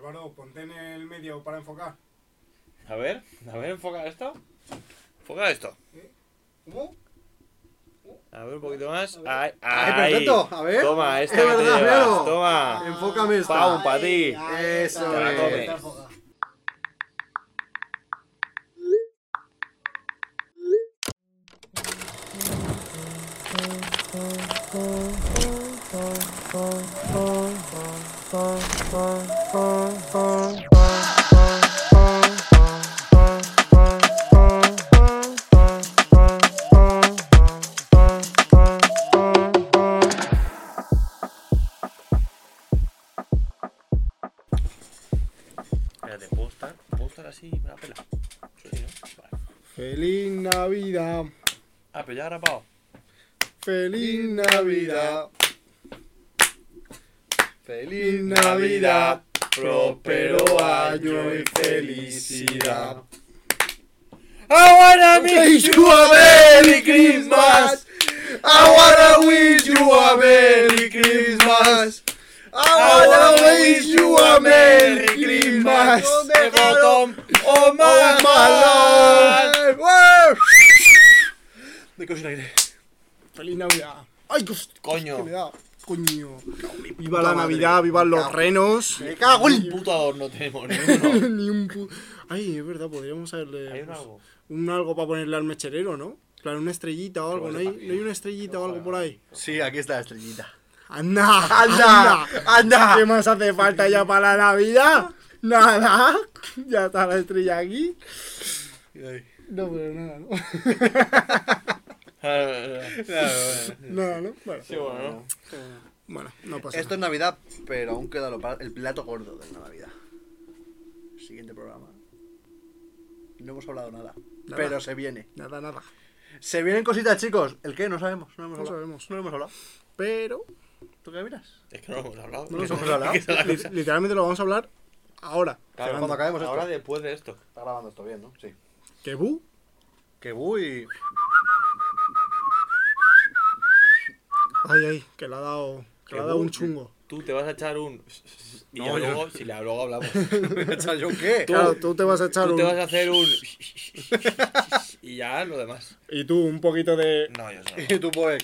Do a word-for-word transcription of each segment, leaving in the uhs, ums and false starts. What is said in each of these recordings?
Álvaro, ponte en el medio para enfocar. A ver, a ver, enfoca esto. Enfoca esto. ¿Cómo? A ver, un poquito más. Ahí, ¡Ay, ahí. perfecto! A ver. Toma, esta Es que te verdad, llevas. míralo. Toma. Enfócame esta. Pau, pa' ti. Eso Te la es. comes. Está enfocado. Espérate, ¿puedo estar? ¿Puedo estar así? Me la pela. Sí, ¿no? Vale. Feliz Navidad. Ah, pero ya ha grabado. Feliz Navidad. Feliz Navidad. Próspero año y felicidad. I wanna wish you a Merry Christmas. I wanna wish you a Merry Christmas. I wanna wish you a Merry Christmas. De bottom of my life. Me quedo sin aire. Feliz Navidad. Ay, qué host- Coño. que me da. Coño. Viva puta la madre. Navidad, vivan los cago. renos. Me cago Un en... puto adorno tenemos, ni uno. Ni un pu... Ay, es verdad, podríamos haberle... ¿Hay un pues, algo? un algo para ponerle al mecherero, ¿no? Claro, una estrellita o algo. ¿No hay, ¿no hay una estrellita o algo por ahí? Sí, aquí está la estrellita. ¡Anda! ¡Anda! ¡Anda! ¿Qué más hace falta ya para la Navidad? Nada. Ya está la estrella aquí. Ay. No, pero nada, ¿no? Nada, ¿no? Bueno, Sí, bueno, ¿no? bueno no pasa Esto es Navidad, pero aún queda lo pa- el plato gordo de la Navidad. Siguiente programa. No hemos hablado nada. Nada. Pero se viene. nada. Nada, nada. Se vienen cositas, chicos. ¿El qué? No sabemos. No hemos No hablado. sabemos. No hemos hablado. Pero, ¿Tú qué miras? Es que no hemos hablado. No nos hemos hablado. Que se la- li- literalmente lo vamos a hablar ahora. Claro, Cenando. cuando acabemos esto. Ahora después de esto. Está grabando esto bien, ¿no? Sí. ¿Qué bu? Que voy. Ay, ay, que le ha dado, que le ha dado un chungo. Tú te vas a echar un... Y No, ya yo- luego, si la, luego hablamos. ¿Yo qué? Tú- Claro, tú te vas a echar Tú un... te vas a hacer un... Y ya lo demás. Y tú un poquito de... No, yo eso no. Y tú pues.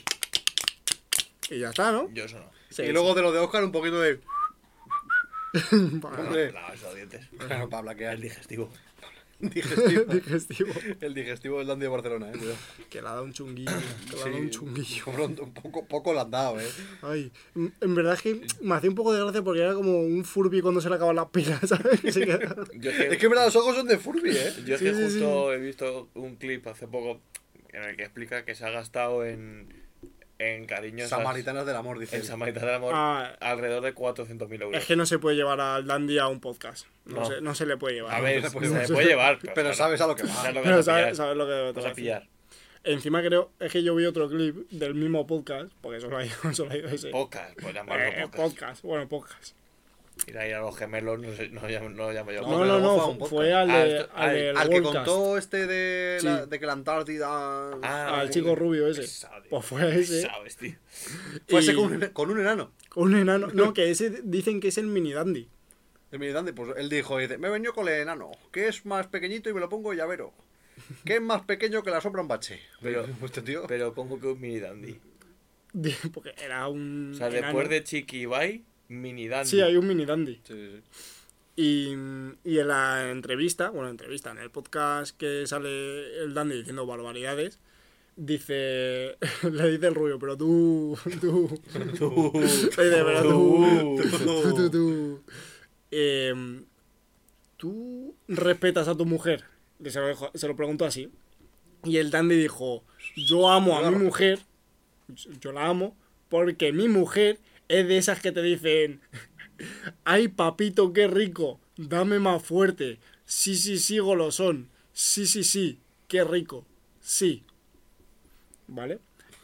Y ya está, ¿no? Yo eso no. Sí, Y luego de lo de Oscar un poquito de. sí. No, Hombre. no, esos dientes. Claro, para blanquear. El digestivo. Digestivo. Digestivo. El digestivo del Dandy de Barcelona, eh. Cuidado. Que le ha dado un chunguillo. Que le ha dado Sí. un chunguillo. Un un poco, poco le han dado, eh. Ay, en verdad es que me hacía un poco de gracia porque era como un Furby cuando se le acaban las pilas, ¿sabes? Que se queda- Yo es que, Es que mira, los ojos son de Furby, eh. yo es Sí, que sí, justo he visto un clip hace poco en el que explica que se ha gastado en, en cariños... Samaritanas del amor, dice. En él. Samaritanas del Amor Ah. alrededor de cuatrocientos mil euros. Es que no se puede llevar al Dandy a un podcast. No, No. Se, no se le puede llevar. A ver, no se se, puede le llevar. puede llevar. Pero claro, sabes a lo que va. sabes lo que Pero vas a sabes, pillar. sabes lo que te Vas voy a decir. pillar. Encima creo, es que yo vi otro clip del mismo podcast, porque solo hay, solo hay ese. Podcast, pues llamarlo Eh, podcast. podcast, bueno, podcast. Ir a ir a los gemelos no, sé, no, llamo- no lo llamo yo. No, No, pero no, luego no, fue un fu- podcast. fue al, Ah, de, esto- al al- del Al que Worldcast. contó este de, la- Sí. de que la Antártida. Ah, Al chico rubio ese. pesado, tío. Pues fue ese. Sabes, tío. Fue ese y- con un, con un enano. Con un enano. No, que ese dicen que es el mini dandy. El mini Dandy, pues él dijo, dice, me he venido con el enano, que es más pequeñito y me lo pongo llavero. Que es más pequeño que la sombra un bache. Pero- este tío. Pero ¿cómo que un mini dandy? Porque era un. O sea, enano. después de Chiqui y Bai, mini dandy. Sí, hay un mini dandy. Sí, sí, sí. Y, y en la entrevista, bueno, entrevista, en el podcast que sale el dandy diciendo barbaridades, dice. Le dice el rubio, pero tú. Tú. Tú. Le dice, pero tú. Tú. Tú, tú, tú. Em, ¿Tú respetas a tu mujer? Y se lo, dijo- se lo preguntó así. Y el dandy dijo: Yo amo a mi mujer. Yo la amo. Porque mi mujer es de esas que te dicen: Ay, papito, qué rico. Dame más fuerte. Sí, sí, sí, golosón. Sí, sí, sí. Qué rico. Sí. ¿Vale?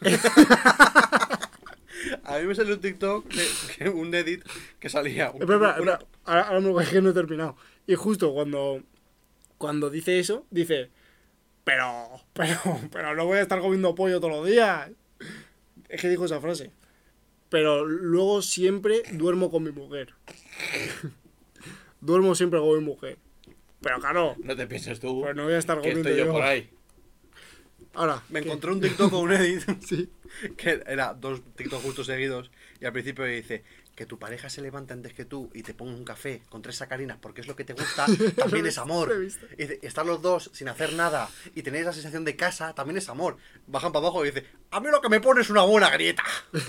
A mí me salió un TikTok, de, que- un edit, que salía... un- Espera, espera, una- espera. Ahora, ahora me es que no he terminado. Y justo cuando, cuando dice eso, dice: Pero, pero, pero no voy a estar comiendo pollo todos los días. Es que dijo esa frase. Pero luego siempre duermo con mi mujer. duermo siempre con mi mujer. Pero claro, No te pienses tú pues no voy a estar que comiendo estoy yo yo. por ahí. Ahora, Me ¿qué? encontré un TikTok con un edit Sí. que era dos TikTok justos seguidos y al principio dice que tu pareja se levante antes que tú y te ponga un café con tres sacarinas porque es lo que te gusta, también es amor. Lo he visto. Y dice, estar los dos sin hacer nada y tener esa sensación de casa también es amor. Bajan para abajo y dice, a mí lo que me pone es una buena grieta.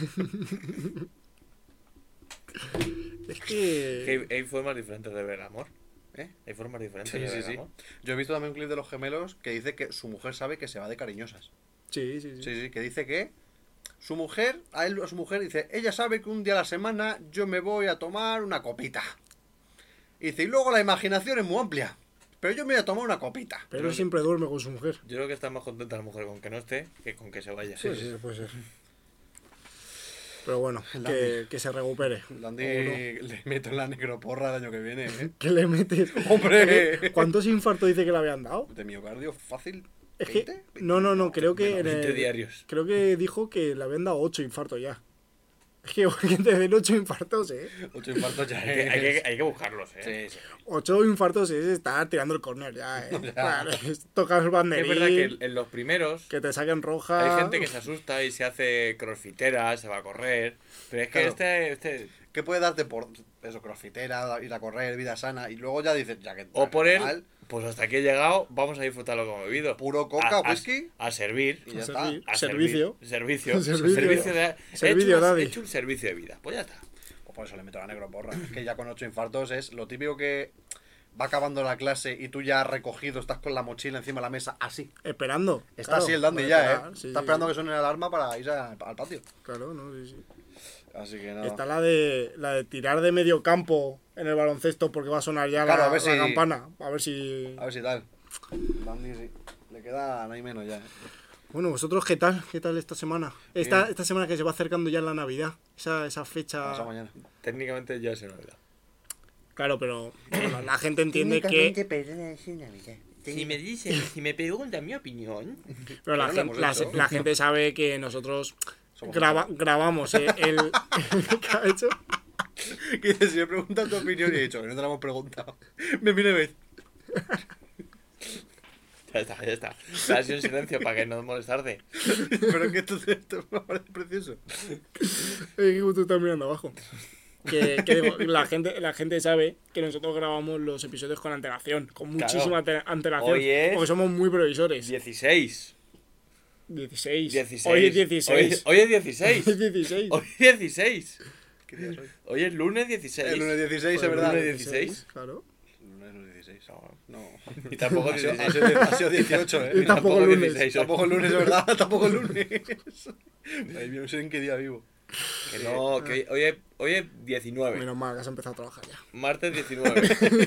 Es Que que... hay, hay formas diferentes de ver el amor. ¿Eh? Hay formas diferentes Sí, de ver sí, el sí. amor. Yo he visto también un clip de los gemelos que dice que su mujer sabe que se va de cariñosas. Sí, sí, sí. Sí, sí, que dice que su mujer, a él, a su mujer dice, ella sabe que un día a la semana yo me voy a tomar una copita. Y dice, y luego la imaginación es muy amplia, pero yo me voy a tomar una copita. Pero Yo- siempre duerme con su mujer. Yo creo que está más contenta la mujer con que no esté que con que se vaya. Sí, sí, puede ser. Pero bueno, El que, Dandy. que se recupere. Dandy O no. le meto en la necroporra el año que viene, ¿eh? ¿Qué le metes? ¡Hombre! ¿Cuántos infartos dice que le habían dado? De miocardio fácil. Es que... ¿veinte? No, no, no, creo que... en veinte el- diarios. Creo que dijo que le habían dado ocho infartos ya. Es que que te den ocho infartos, ¿eh? Ocho infartos ya Hay que, hay, es. que, hay que buscarlos, ¿eh? Sí, sí. Ocho infartos es estar tirando el córner ya, ¿eh? Claro, es tocar el Es banderín, verdad que en- en los primeros que te saquen roja... hay gente que se asusta y se hace crossfitera, se va a correr. Pero es que Claro. este, este. ¿Qué puede darte por eso, crossfitera, ir a correr, vida sana? Y luego ya dices, ya que... O por él, mal, pues hasta aquí he llegado, vamos a disfrutar lo que hemos bebido. Puro coca, A- a- whisky. A, servir. Y ya A está. servir. A Servicio. servir- Servicio. Servicio. Servicio de. he, Servicio, hecho una- daddy. he hecho un servicio de vida. Pues ya está. Pues por eso le meto la necroporra. Es que ya con ocho infartos es lo típico que va acabando la clase y tú ya has recogido, estás con la mochila encima de la mesa, así. Esperando. Está claro, así el dandy para ya, esperar, ¿eh? sí, Está sí, esperando sí. que suene la alarma para ir a- al patio. Claro, no, sí, sí. Así que nada. Está la de, la de tirar de medio campo en el baloncesto porque va a sonar ya Claro, la, a ver la si- campana. A ver si... A ver si tal. Dandy sí. Le queda no hay menos ya, ¿eh? Bueno, ¿vosotros qué tal? ¿Qué tal esta semana? Esta, Bien. esta semana que se va acercando ya la Navidad. Esa, esa fecha... Pasado mañana. Técnicamente ya es Navidad. Claro, pero bueno, la gente entiende que... perdona, es Navidad. Si me dicen, si me preguntan mi opinión. Pero la, no lo gen- hemos la, hecho. la gente sabe que nosotros Somos graba- gente. grabamos eh, el... ¿Qué ha hecho? Que dice, si me preguntan tu opinión y he dicho que no te la hemos preguntado. Me viene vez. Ya está, ya está. Me ha sido en silencio para que no molestarte. Pero que esto, esto me parece precioso. Eh, que tú estás mirando abajo. Que, que digo, la gente la gente sabe que nosotros grabamos los episodios con antelación, con Claro. muchísima ante- antelación, Hoy es- porque somos muy previsores. dieciséis. dieciséis. dieciséis. Hoy es dieciséis. Hoy, hoy es dieciséis. Hoy es dieciséis. Hoy es dieciséis. ¿Qué día es hoy? Hoy es lunes dieciséis. El lunes dieciséis, Pues es verdad. lunes dieciséis. Claro. El lunes no es dieciséis. No. Y tampoco Ha sido, dieciséis. ha sido- ha sido dieciocho, Y ¿eh? tampoco lunes. dieciséis. Tampoco el lunes, ¿verdad? Tampoco el lunes. Ay, no sé en qué día vivo. Que no, que hoy es, hoy es diecinueve. Menos mal que has empezado a trabajar ya. Martes diecinueve.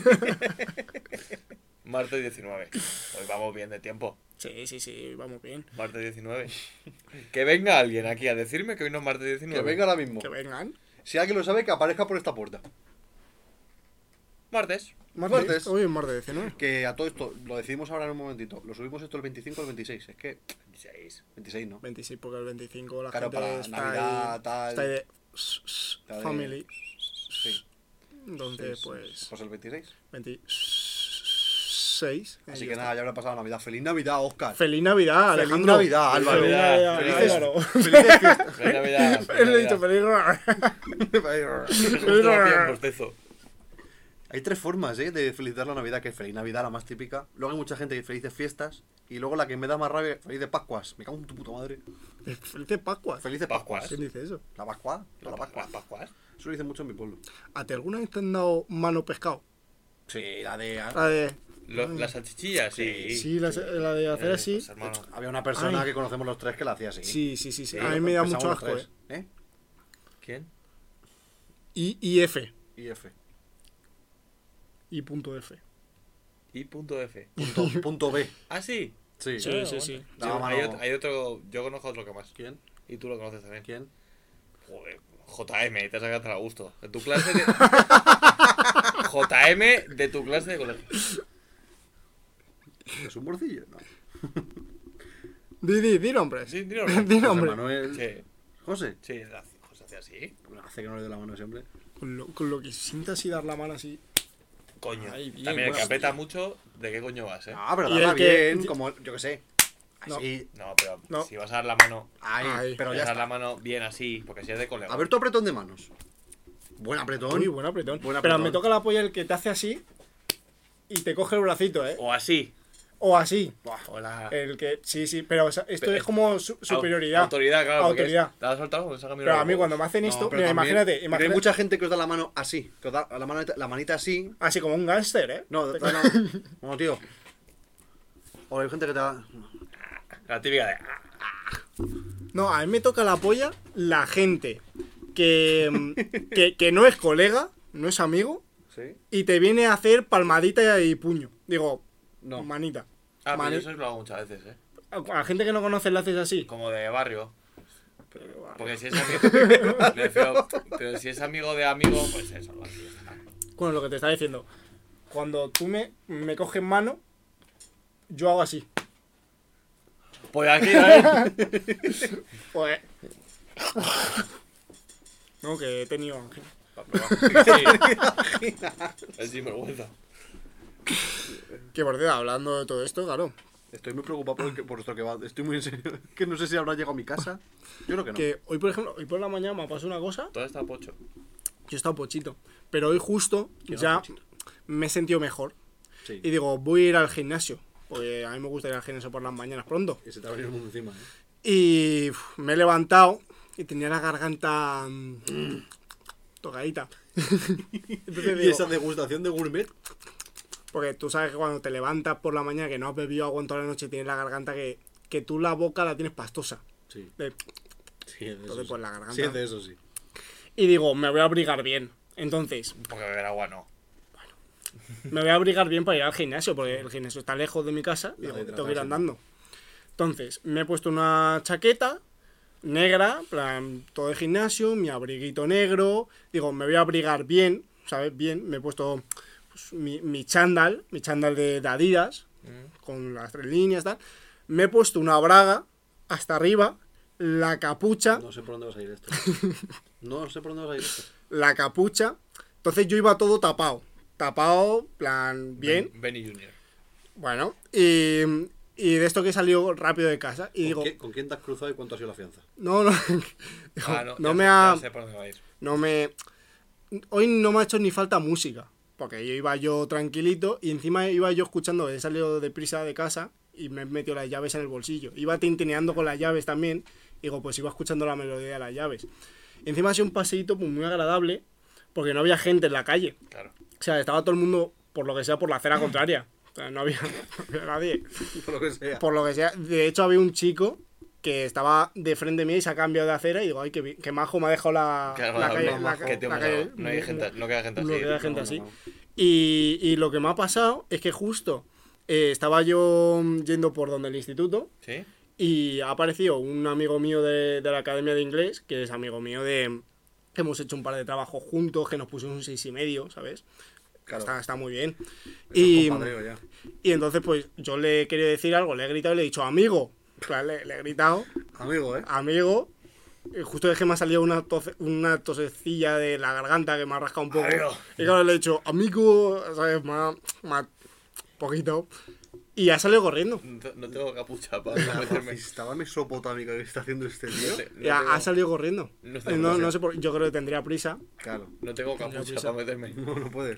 Martes diecinueve. Hoy vamos bien de tiempo. Sí, sí, sí, vamos bien. Martes diecinueve. Que venga alguien aquí a decirme que hoy no es martes diecinueve. Que venga ahora mismo. Que vengan. Si alguien lo sabe, que aparezca por esta puerta. Martes. Martes. Martes. Hoy es martes diecinueve. Que a todo esto, lo decidimos ahora en un momentito. Lo subimos esto el veinticinco o el veintiséis. Es que. veintiséis. veintiséis, ¿no? veintiséis, porque el veinticinco la Claro, gente para está Navidad, ahí, tal. está ahí de... Está de- Family. Sí. Entonces, Sí, pues... Pues el veintiséis. veintiséis. Así ahí que está. nada, ya habrá pasado Navidad. ¡Feliz Navidad, Oscar! Feliz Navidad, ¡Feliz Alejandro. Navidad, Álvaro! Feliz Navidad, Felices- Álvaro. ¡Felices fiestas! Feliz Navidad. Él le he dicho feliz Navidad. Justo hacía un bostezo. Hay tres formas, ¿eh? De felicitar la Navidad, que es Feliz Navidad, la más típica. Luego hay mucha gente que felices fiestas. Y luego la que me da más rabia, Felices Pascuas. Me cago en tu puta madre. Feliz Pascua. Felices Pascuas. Pascuas. ¿Quién dice eso? La Pascua. La Pascua. Las Pascuas. Eso lo dicen mucho en mi pueblo. ¿A ti alguna vez te han dado mano pescado? Sí, la de... La de... Lo- las salchichillas, sí. Sí, la, la de hacer Eh, así. pues, hermano. Había una persona Ay. que conocemos los tres que la hacía así. Sí, sí, sí, sí. Sí, A mí me da pensamos mucho los asco, tres. eh. ¿Eh? ¿Quién? I, I, F. Y F. I punto F. I punto F. Punto, punto B. Ah, sí. Sí. Sí, Ah, sí, bueno. sí. Daba Sí, hay, mano- otro, hay otro. Yo conozco otro que más. ¿Quién? Y tú lo conoces también. ¿Quién? Joder, J M, te has sacado a gusto. De tu clase de. J M de tu clase de colegio. ¿Es un morcillo? No. Di, di, di nombres. Sí, dilo. Di José nombres. Manuel. Sí, José. sí, José hacía así. Hace que no le dé la mano siempre. Con lo, con lo que sientas y dar la mano así. Coño. Ay, bien, También el que buena aprieta hostia. mucho, ¿de qué coño vas, eh? Ah, pero Y el dala que- bien, como, yo qué sé. No. Así. No, pero No. si vas a dar la mano, Ahí, Ahí. pero vas ya a dar la está. mano bien así, porque si es de colega. A ver tu apretón de manos. Buen apretón. Uy, buen apretón. Buen Pero apretón. me toca la polla el que te hace así y te coge el bracito, ¿eh? O así. O así. Hola. El que, sí, sí, pero o sea, esto Pero- es como su- superioridad. Autoridad, claro. porque Autoridad. es- ¿Te has soltado? Pues saca mi Pero a huevo. mí cuando me hacen No, esto, pero mira, también- imagínate, porque imagínate, Hay mucha gente que os da la mano así. Que os da la, manita, la manita así. así como un gángster, ¿eh? No, da la, no, tío. O hay gente que te da. La típica de. No, a mí me toca la polla la gente que, mm, que, que no es colega, no es amigo, ¿Sí? y te viene a hacer palmadita y puño. Digo, No. manita. Ah, pero Mani- yo eso lo hago muchas veces, eh. A la gente que no conoces le haces así. Como de barrio. Porque si es amigo. Me refiero, pero si es amigo de amigo, pues eso, algo así. ya está. Bueno, lo que te estaba diciendo. Cuando tú me, me coges mano, yo hago así. Pues aquí, ¿eh? Pues... No, que he tenido ángel. Sí. Es sinvergüenza. Que por cierto, hablando de todo esto, claro. Estoy muy preocupado por, el- por esto que va. Estoy muy en serio. Que no sé si habrá llegado a mi casa. Yo creo que no. Que hoy, por ejemplo, hoy por la mañana me ha pasado una cosa. Todo está pocho. Yo he estado pochito. Pero hoy justo ¿Quién ya ha pochito? me he sentido mejor. Sí. Y digo, voy a ir al gimnasio. Porque a mí me gusta ir al gimnasio por las mañanas pronto. Y se te ha venido el mundo encima, ¿eh? Y uf, me he levantado y tenía la garganta mm, tocadita. Entonces Y digo, esa degustación de gourmet. porque tú sabes que cuando te levantas por la mañana que no has bebido agua en toda la noche tienes la garganta que, que tú la boca la tienes pastosa. Sí. De- Sí, es de Entonces, eso. pues, sí. la garganta. Sí, es de eso, sí. Y digo, me voy a abrigar bien. Entonces, Porque beber agua no. me voy a abrigar bien para ir al gimnasio, porque el gimnasio está lejos de mi casa. Y La digo, de tengo que ir hidratarse. andando. Entonces, me he puesto una chaqueta negra, en plan, todo de gimnasio, mi abriguito negro. Digo, me voy a abrigar bien, ¿sabes? Bien. Me he puesto pues, mi, mi chándal, mi chándal de, de Adidas, con las tres líneas, tal. Me he puesto una braga hasta arriba, la capucha, No sé por dónde vas a ir esto. No sé por dónde vas a ir esto. la capucha. Entonces yo iba todo tapado. Tapado, plan, bien. Ben- Benny junior Bueno, y, y de esto que he salido rápido de casa. Y ¿Con, digo, qué- ¿Con quién te has cruzado y cuánto ha sido la fianza? no, no, digo, Ah, no, no ya me sé- ha. ya sé por dónde va a ir. No me. Hoy no me ha hecho ni falta música. Porque yo iba yo tranquilito y encima iba yo escuchando, he salido deprisa de casa y me he metido las llaves en el bolsillo. Iba tintineando con las llaves también. Y digo, pues iba escuchando la melodía de las llaves. Y encima ha sido un paseíto pues, muy agradable porque no había gente en la calle. Claro. O sea, estaba todo el mundo, por lo que sea, por la acera contraria. O sea, no había, no había nadie. Por lo que sea. Por lo que sea. De hecho, había un chico que estaba de frente mía y se ha cambiado de acera y digo, ay, qué, bi- qué majo me ha dejado la, Claro, la no, calle. no, la, que tío la más calle algo. No hay muy- gente, no queda gente no así. queda gente no, así. no, no. Y, y lo que me ha pasado es que justo eh, estaba yo yendo por donde el instituto ¿Sí? y ha aparecido un amigo mío de, de la academia de inglés, que es amigo mío de... que hemos hecho un par de trabajos juntos, que nos pusimos un seis y medio, ¿sabes? Claro. Está, está muy bien. Eso Y, es compadreo ya. y entonces, pues, yo le he querido decir algo, le he gritado y le he dicho, amigo. Claro, le, le he gritado, Amigo, ¿eh? amigo. Y justo es que me ha salido una, tose- una tosecilla de la garganta que me ha rascado un poco. Amigo. Y claro, le he dicho, amigo, ¿sabes? Me ha, me ha- poquito. Y ha salido corriendo. No, te- no tengo capucha para La meterme. racista mesopotámica que está haciendo este tío. No, te- no Y ha, tengo- ha salido corriendo. No No, sé, no, no sé. sé por yo creo que tendría prisa. Claro. No tengo capucha prisa. para meterme. No, no puedes.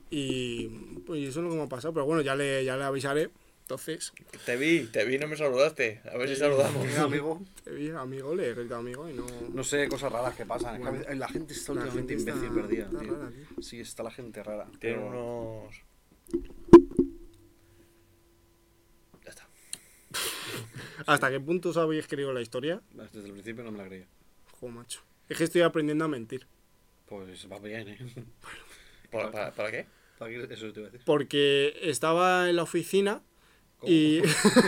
Y pues eso es lo que me ha pasado. Pero bueno, ya le, ya le avisaré. Entonces, Te vi, te vi, no me saludaste. A ver si saludamos. Mira, amigo. te vi, amigo, le he gritado amigo y no. No sé, cosas raras que pasan. Es que a Bueno. veces- la gente está La últimamente gente está- imbécil perdida, está tío. rara, tío. Sí, está la gente rara. Tiene pero- unos. Ya está. ¿Hasta qué punto os habéis escrito la historia? Desde el principio no me la creía. Joder, macho. Es que estoy aprendiendo a mentir. Pues va bien, ¿eh? ¿Para, para, para qué? ¿Para qué? Eso te iba a decir. Porque estaba en la oficina ¿Cómo? y.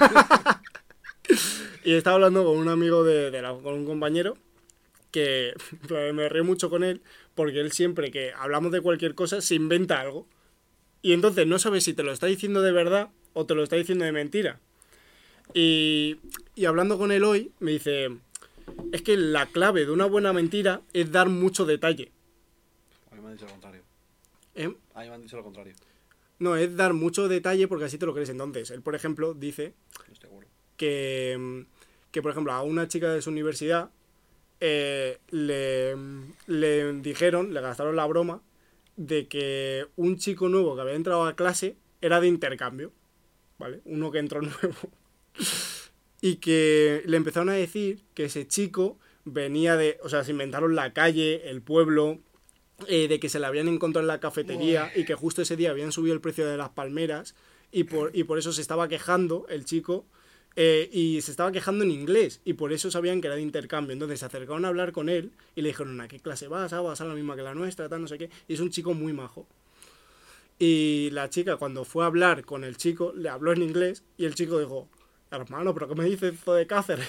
y estaba hablando con un amigo de, de la- con un compañero que me río mucho con él porque él siempre que hablamos de cualquier cosa se inventa algo. Y entonces no sabes si te lo está diciendo de verdad o te lo está diciendo de mentira. Y, y hablando con él hoy me dice, es que la clave de una buena mentira es dar mucho detalle. A mí me han dicho lo contrario. ¿Eh? A mí me han dicho lo contrario. No, es dar mucho detalle porque así te lo crees. Entonces, él, por ejemplo, dice que, que por ejemplo, a una chica de su universidad eh, le, le dijeron, le gastaron la broma de que un chico nuevo que había entrado a clase era de intercambio, ¿vale? Uno que entró nuevo. Y que le empezaron a decir que ese chico venía de... O sea, se inventaron la calle, el pueblo... Eh, de que se la habían encontrado en la cafetería y que justo ese día habían subido el precio de las palmeras y por, y por eso se estaba quejando el chico eh, y se estaba quejando en inglés y por eso sabían que era de intercambio. Entonces se acercaron a hablar con él y le dijeron, ¿a qué clase vas? Ah, vas a la misma que la nuestra, tal, no sé qué. Y es un chico muy majo. Y la chica cuando fue a hablar con el chico le habló en inglés y el chico dijo, hermano, ¿pero qué me dices esto de Cáceres?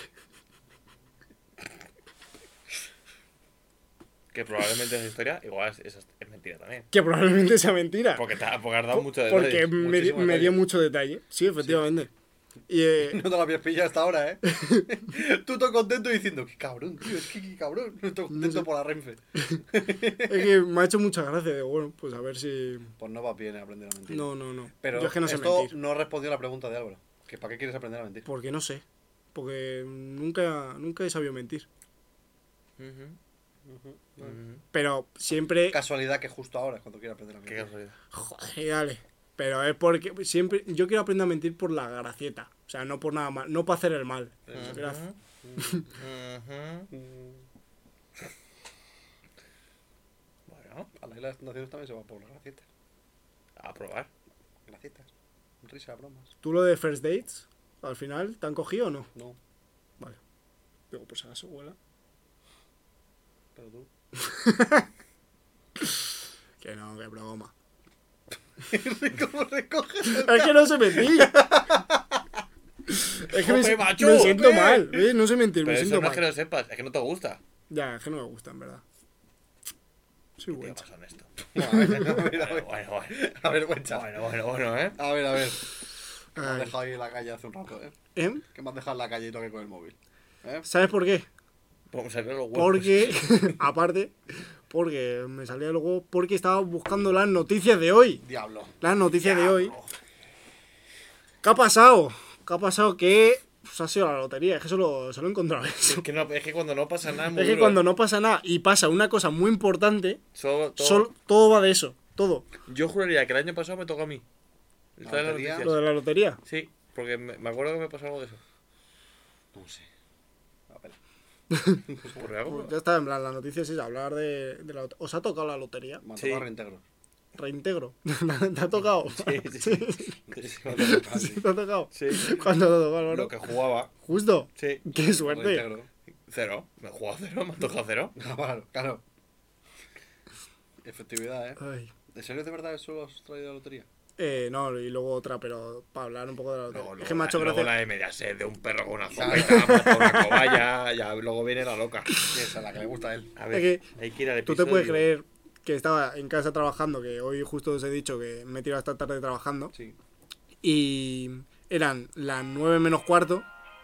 Que probablemente esa historia igual es, es, es mentira también. Que probablemente sea mentira. Porque, te, porque has dado mucho detalle. Porque me, di- me dio mucho detalle. Sí, efectivamente. Sí. Y, eh, No te lo habías pillado hasta ahora, ¿eh? Tú todo contento diciendo, qué cabrón, tío, es que qué cabrón. Estoy contento no sé. por la Renfe. Es que me ha hecho mucha gracia. Digo, bueno, pues a ver si... Pues no va bien aprender a mentir. No, no, no. Pero yo es que no sé esto mentir. no respondió a la pregunta de Álvaro. Que ¿para qué quieres aprender a mentir? Porque no sé. Porque nunca, nunca he sabido mentir. Uh-huh. Uh-huh. Uh-huh. Pero siempre... Casualidad que justo ahora es cuando quiero aprender a mentir. Qué casualidad. Joder, dale. Pero es porque siempre... Yo quiero aprender a mentir por la gracieta. O sea, no por nada mal. No para hacer el mal. Uh-huh. Gracias. Uh-huh. Bueno, a la isla de las naciones también se va por las gracietas. A probar. Gracietas. Risa, bromas. ¿Tú lo de first dates? ¿Al final te han cogido o no? No. Vale. Digo, pues a su abuela. Pero tú. Que no, que broma. ¿Cómo recoges? Es que no sé mentir. Es que me, Jope, macho, me siento ¿qué? mal. ¿Ves? No sé mentir, Pero me eso siento no es mal. que lo sepas, es que no te gusta. Ya, es que no me gusta, en verdad. Soy Tío, buen más chaval. honesto. A ver, a ver, a ver. Bueno, bueno. A ver, buen chaval. Bueno, bueno, bueno, ¿eh? A ver, a ver. Que me has Ay. dejado ahí en la calle hace un rato, ¿eh? ¿Eh? Que me has dejado en la calle y toqué con el móvil. ¿Eh? ¿Sabes por qué? Vamos a ver los huevos. Porque, aparte, porque me salía luego porque estaba buscando las noticias de hoy. Diablo. Las noticias de hoy. Diablo. ¿Qué ha pasado? ¿Qué ha pasado? Que pues, ha sido la lotería. Es que solo, solo he encontrado eso. Es que, no, es que cuando no pasa nada es muy Es que duro, cuando ¿eh? no pasa nada y pasa una cosa muy importante, Solo- todo- solo, todo va de eso. Todo. Yo juraría que el año pasado me tocó a mí. ¿La ¿Sabes las lotería? noticias? Lo de la lotería. Sí, porque me, me acuerdo que me pasó algo de eso. No sé. A ver. ¿Por algo? Pues ya está, en plan, la noticia es hablar de, de la lotería. ¿Os ha tocado la lotería? Me han Sí. tocado reintegros. Reintegro. ¿Te ha tocado? Sí, sí, sí. Sí, me tocó. Sí, ¿te ha tocado? Sí. ¿Cuándo te ha tocado, Álvaro? Lo que jugaba. Justo. Sí. ¡Qué suerte! Reintegro. Cero. Me he jugado cero, me ha tocado cero. Claro, claro. Efectividad, ¿eh? Ay. ¿De serio de verdad eso lo has traído de la lotería? Eh, no, y luego otra, pero para hablar un poco de la lotería. Luego, es que me ha hecho luego gracia. la de Mediaset de un perro con una escopeta, mata una cobaya, ya luego viene la loca. Esa, la que le gusta a él. A ver, Es hay que ir al Tú episodio. te puedes creer que estaba en casa trabajando, que hoy justo os he dicho que me he tirado esta tarde trabajando, Sí. y eran las nueve menos cuarto.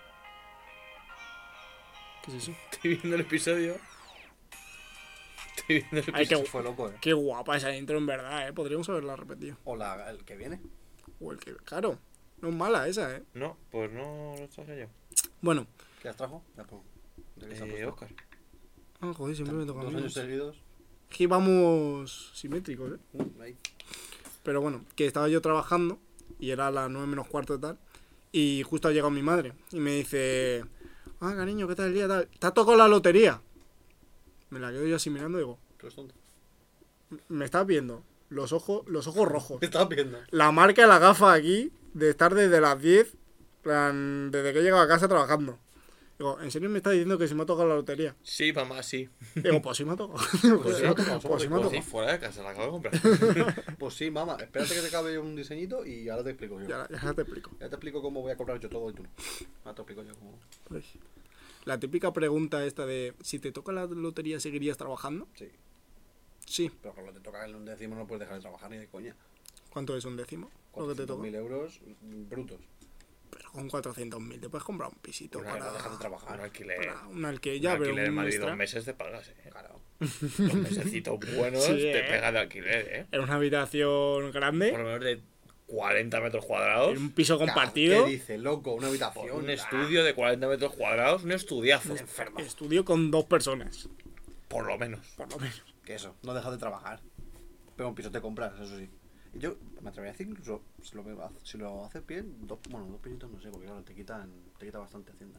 ¿Qué es eso? Estoy viendo el episodio. Estoy viendo el Ay, episodio. qué, Fue loco, ¿eh? qué guapa esa intro en verdad, ¿eh? Podríamos haberla repetido. O la, el que viene. O el que... Claro, no es mala esa, ¿eh? No, pues no lo traje yo. Bueno, ¿Qué has trajo? Ya pongo. ¿De qué se ha Eh, puesto? Oscar. ah, joder, siempre me toca a Dos mí. años seguidos. Aquí vamos simétricos, ¿eh? Mm, ahí. Pero bueno, que estaba yo trabajando y era las nueve menos cuarto y tal. Y justo ha llegado mi madre y me dice: ah, cariño, ¿qué tal el día? Tal? ¿Te ha tocado la lotería? Me la quedo yo así mirando y digo: Pero es tonto. me estás viendo los ojos, los ojos rojos. ¿Qué estás viendo? La marca de la gafa aquí de estar desde las diez, plan, desde que he llegado a casa trabajando. Digo, ¿en serio me estás diciendo que si me ha tocado la lotería? Sí, mamá, sí. Digo, pues sí me ha tocado. Pues sí, somos Pues sí me ha ricos. Sí, tocado. fuera de casa, la acabo de comprar. Pues sí, mamá. Espérate que te cabe un diseñito y ahora te explico yo. Ya, ya te explico. Ya te explico cómo voy a comprar yo todo y tú no. Ahora te explico yo cómo. Uy. La típica pregunta esta de: si te toca la lotería, ¿seguirías trabajando? Sí. Sí. Pero con lo que te toca en un décimo no puedes dejar de trabajar ni de coña. ¿Cuánto es un décimo? Lo que te cuatrocientos toca. mil euros mm, brutos. Pero con cuatrocientos mil te puedes comprar un pisito Una para, vez no dejas de Un trabajar. alquiler. para un alquiler. Un Ya, pero alquiler en un Madrid extra. dos meses te pagas, eh. Claro. Los mesecitos buenos Sí, te eh. pega de alquiler, ¿eh? En una habitación grande, Por lo menos de cuarenta metros cuadrados. en un piso compartido, ¿Qué dice, loco? Una Por habitación. un estudio de cuarenta metros cuadrados, un estudiazo. Enfermo. estudio con dos personas, Por lo menos. por lo menos. Que eso, no dejas de trabajar. Pero un piso te compras, eso sí. Y yo me atrevería a decir incluso, si lo, si lo haces bien, dos, bueno, dos pisitos no sé, porque claro, te quitan, te quita bastante hacienda.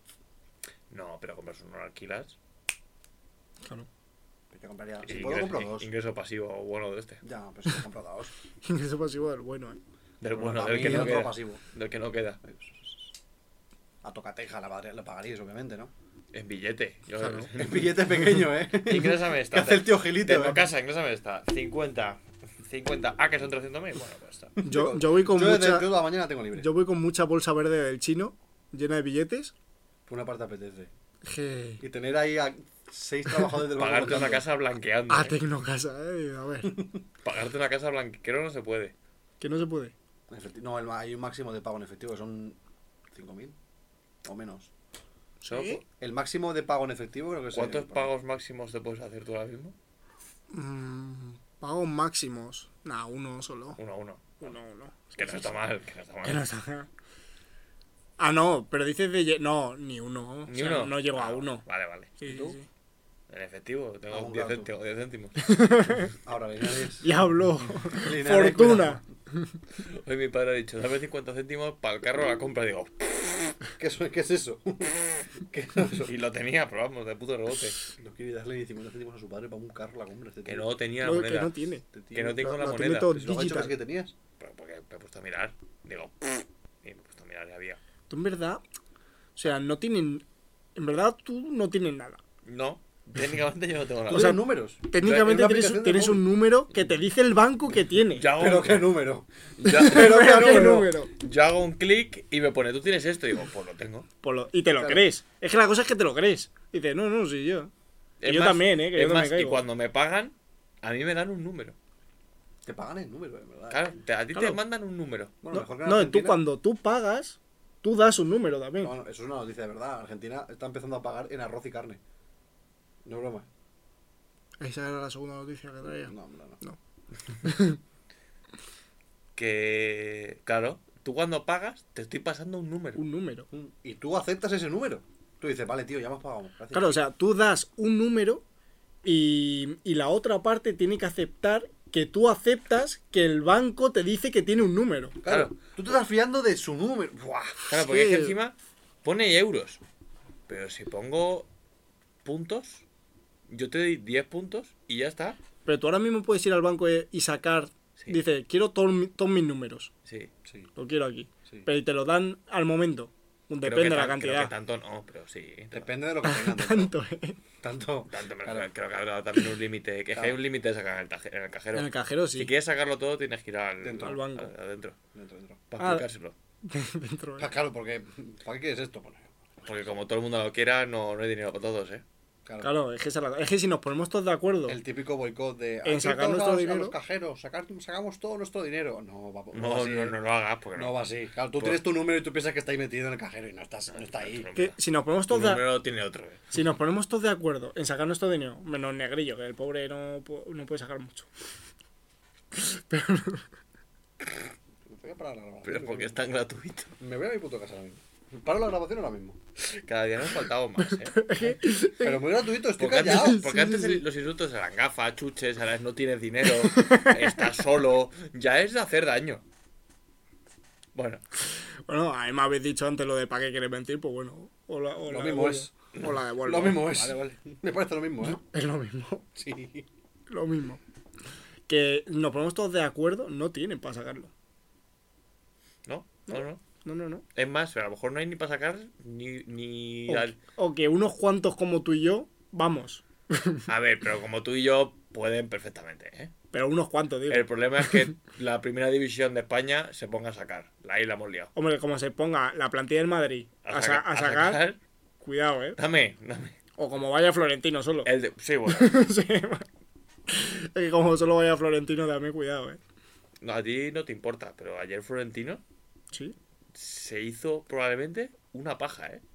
No, pero compras uno, lo alquilas. Claro. Pero yo compraría, si Ingreso, puedo compro dos. ingreso pasivo bueno de este. Ya, pero si te compro dos. Ingreso pasivo del bueno, ¿eh? Del bueno, A del mí que no otro queda. pasivo. Del que no queda. A tocateja la, pagaría- la pagaríais, obviamente, ¿no? En billete. Yo, Claro. El billete pequeño, ¿eh? Ingrésame ¿Qué esta. hace el tío Gilito? Tengo eh? casa, ingrésame esta. cincuenta. cincuenta. Ah, que son trescientos mil. Bueno, pues está. Yo, yo voy con yo desde mucha, yo la mañana tengo libre. yo voy con mucha bolsa verde del chino, llena de billetes. Por una parte apetece. Que... Y tener ahí a seis trabajadores del banco Pagarte una contando. casa blanqueando. A ¿eh? Tecnocasa, eh. A ver, Pagarte una casa blanqueando no se puede. que no se puede. En efecti- No, el- hay un máximo de pago en efectivo, que son cinco mil o menos. Solo ¿Sí? por- El máximo de pago en efectivo creo que es... ¿Cuántos eh, pagos máximos te puedes hacer tú ahora mismo? Mm, pagos máximos. Nah, uno solo. Uno a uno. Uno, uno. Que no está mal, que no está mal. Que no está- Ah, no, pero dices de... lle- No, ni uno. Ni O sea, uno. No llego a Ah, uno. Vale, vale. Sí, ¿Y sí, tú? sí. En efectivo, tengo Aún diez claro, céntimos. diez céntimos. Ahora, Linares... Diablo. Linares, Fortuna. Hoy mi padre ha dicho, dame cincuenta céntimos para el carro a la compra. Digo, cuidado. ¿Qué, es- ¿Qué es eso? ¿Qué es eso? y lo tenía, pero vamos, de puto rebote. No quiere darle ni cincuenta céntimos a su padre para un carro la compra. Este Que tío. no tenía la No, moneda. que no tiene. Este tío. Que no tengo la Lo tiene moneda. todo Pues si lo ha dicho que sí digital. que tenías. Pero porque me he puesto a mirar. Digo, y me he puesto a mirar y había. Tú en verdad... O sea, no tienen... En verdad tú no tienes nada. No, técnicamente yo no tengo nada. O O sea, sea, números. Técnicamente una tienes, aplicación de tienes un móvil. número que te dice el banco que tiene. Yo hago, Pero un, qué número. yo- Pero qué ¿qué número? número? yo hago un clic y me pone, ¿tú tienes esto? Y digo, pues lo tengo. Pues lo- y te lo Claro. crees. Es que la cosa es que te lo crees. Y dices, no, no, sí, yo. Y Es yo más- también, ¿eh? Que yo es también más, y caigo. cuando me pagan, a mí me dan un número. Te pagan el número, en verdad. Claro, te- a ti te Claro. mandan un número. Bueno, No, mejor que en no, tú Argentina- cuando tú pagas, tú das un número también. No, no, eso es una noticia de verdad. Argentina está empezando a pagar en arroz y carne. No es broma. Esa era la segunda noticia que traía. No, no, no. No. Que, claro, tú cuando pagas, te estoy pasando un número. Un número. Mm, Y tú aceptas ese número. Tú dices, vale, tío, ya me has pagado. Gracias. Claro, o sea, tú das un número y, y la otra parte tiene que aceptar que tú aceptas que el banco te dice que tiene un número. Claro, claro. tú te estás fiando de su número. Buah. Claro, porque es que Sí. encima pone euros. Pero si pongo puntos, yo te doy diez puntos y ya está. Pero tú ahora mismo puedes ir al banco e- y sacar, Sí. dice, quiero todos mi- todos mis números, Sí. Sí, lo quiero aquí. sí. Pero te lo dan al momento. Creo Depende que de la tan- creo cantidad. que tanto no, pero sí. Depende de lo que tengan. dentro. Tanto, ¿eh? Tanto. Tanto, me- Claro. creo que habrá también un límite. Que es que Claro. hay un límite de sacar en el, taje- en el cajero. En el cajero sí. Si quieres sacarlo todo, tienes que ir al, Dentro. Al banco. a- adentro. Dentro, dentro. Para Ah. explicárselo. Dentro, ¿eh? Ah, claro, porque. ¿Para qué quieres esto? Pues, Porque como todo el mundo lo quiera, no, no hay dinero para todos, ¿eh? claro. Claro, es que, esa es la- es que si nos ponemos todos de acuerdo, El típico boicot de. En "Aquí sacar todos nuestro a los- a dinero". los cajeros, sacar, sacamos todo nuestro dinero. No, va, no, No, va no, así. no, lo hagas porque no. No va así. Claro, tú Pues- tienes tu número y tú piensas que está ahí metido en el cajero y no, estás, no está ahí. que si nos ponemos Tu todos de, número tiene otro, ¿eh? si nos ponemos todos de acuerdo en sacar nuestro dinero, menos Negrillo, que el pobre no, pu- no puede sacar mucho. Voy a parar la grabación. Pero porque es tan gratuito. Me voy a mi puto casa ahora mismo. Paro la grabación ahora mismo. Cada día nos faltamos más, ¿eh? Pero muy gratuito, estoy Porque callado. antes, porque Sí, antes sí, el- sí. los insultos eran gafas, chuches, ahora es no tienes dinero, estás solo. Ya es de hacer daño. Bueno, Bueno, a mí me habéis dicho antes lo de para qué quieres mentir, pues bueno, o la, o Lo la mismo devuelvo. es. O la devuelvo. Lo mismo es. vale, vale. Me parece lo mismo, ¿eh? Es lo mismo, Sí. lo mismo. Que nos ponemos todos de acuerdo, no tienen para sacarlo. No, no, no. No, no, no. Es más, pero a lo mejor no hay ni para sacar ni. ni O, al- o que unos cuantos como tú y yo, vamos. A ver, pero como tú y yo pueden perfectamente, ¿eh? Pero unos cuantos, digo. El problema es que la primera división de España se ponga a sacar. La isla hemos liado. Hombre, como se ponga la plantilla del Madrid a, sa- saca- a sacar, cuidado, ¿eh? Dame, dame. O como vaya Florentino solo. El de- sí, bueno. Sí, es que como solo vaya Florentino, dame cuidado, ¿eh? No, a ti no te importa, pero ayer Florentino Sí. se hizo probablemente una paja, ¿eh?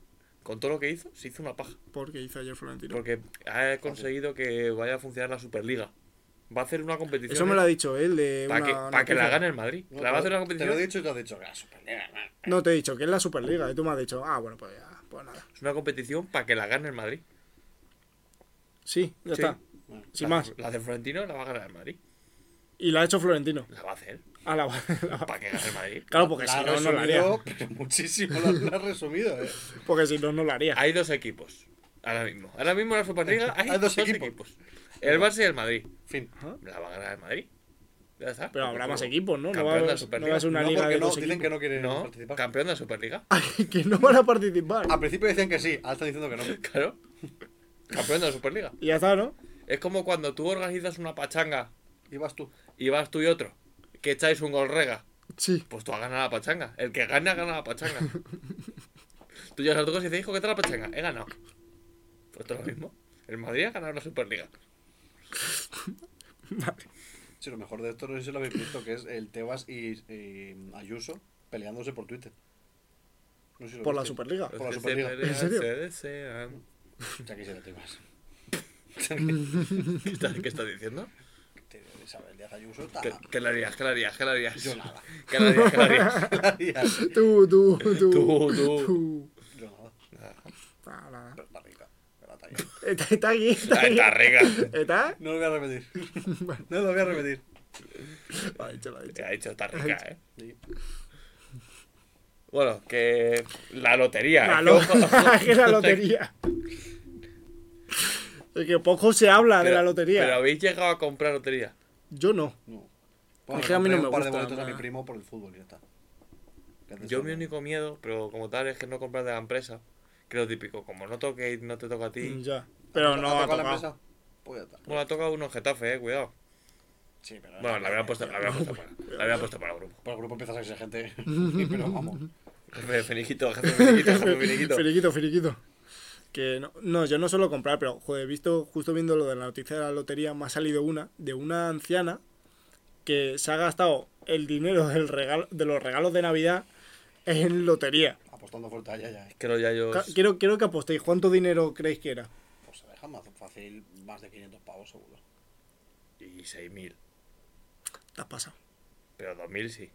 con todo lo que hizo, se hizo una paja. ¿Por qué hizo ayer Florentino? Porque ha conseguido que vaya a funcionar la Superliga. Va a hacer una competición. Eso me lo ha dicho él de Para una que, pa que la noticia. gane el Madrid. No, la va a hacer una Te competición. lo he dicho y te has dicho que la Superliga. man. No, te he dicho que es la Superliga y tú me has dicho, ah, bueno, pues ya, pues nada. Es una competición para que la gane el Madrid. Sí, ya Sí. está. Sin la, más. La de Florentino la va a ganar el Madrid. Y la ha hecho Florentino. La va a hacer. Ah, la, la- Para que gane el Madrid. Claro, porque La si ha no, no la haría. resumido, pero muchísimo la, la ha resumido, eh. Porque si no, no la haría. Hay dos equipos. Ahora mismo. Ahora mismo en la Superliga hay, Hay dos, dos equipos. equipos. El Barça y el Madrid. Fin. La va a ganar el Madrid. Ya está. Pero habrá más equipos, ¿no? No Campeón va, a de la haber- Superliga. no va a ser una No, liga porque de no, dos dicen equipos. que no quieren No, participar. campeón de la Superliga. que no van a participar. Al principio decían que sí, ahora están diciendo que no. Claro. Campeón de la Superliga. Y ya está, ¿no? Es como cuando tú organizas una pachanga Y vas tú. y vas tú y otro, que echáis un gol rega. Sí. Pues tú has ganado la pachanga. El que gane ha ganado la pachanga. Tú llegas a tu casa y dices, hijo, ¿qué tal la pachanga? He ganado. Pues esto es lo mismo. El Madrid ha ganado la Superliga. Sí, lo mejor de esto no sé si lo habéis visto, que es el Tebas y, y Ayuso peleándose por Twitter. No sé si lo Por la visteis. Superliga. Por la Los que Superliga. se pelean, ¿En serio? se desean. Ya quisiera Tebas. ¿Qué estás, qué estás diciendo? Isabel Díaz Ayuso está... ¿Qué, qué le harías? ¿Qué le harías? ¿Qué le harías? Yo nada. ¿Qué le harías? ¿Qué le harías? Tú, tú, tú. Tú, tú. tú. Yo nada. Nada, nada. Pero está rica. Pero está bien. Está, está aquí, está Ah, aquí. está rica. ¿Está? No lo voy a repetir. No lo voy a repetir. Lo ha dicho, lo ha dicho. Te ha dicho, está rica, ¿eh? Sí. Bueno, que la lotería. La, ¿eh? lo- Ojo. que la lotería. Es que poco se habla de Pero- la lotería. Pero habéis llegado a comprar lotería. Yo no. No. Es que a mí no compré me un par de gusta, boletos a nada. mi primo por el fútbol y ya está. Que haces Yo eso, mi ¿no? único miedo, pero como tal, es que no compras de la empresa. Que es lo típico, como no toque y no te toca a ti. Ya. Pero ¿Ha no ha tocado la tocado. empresa? Pues ya está. Bueno, ha tocado uno Getafe, eh, cuidado. Sí, pero... Bueno, la habían puesto, la habían puesto para. La habían puesto para el grupo. Por el grupo empieza a ser gente. Pero vamos. Jefe finiquito, jefe finiquito, jefe finiquito. Finiquito, finiquito. Que no, no, yo no suelo comprar, pero joder, he visto, justo viendo lo de la noticia de la lotería, me ha salido una de una anciana que se ha gastado el dinero del regalo, de los regalos de Navidad en lotería. Apostando fuerte allá ya. Que los yayos. Ca- Quiero, quiero que apostéis. ¿Cuánto dinero creéis que era? Pues se deja más fácil, más de quinientos pavos seguro. Y seis mil. Te has pasado. Pero dos mil sí.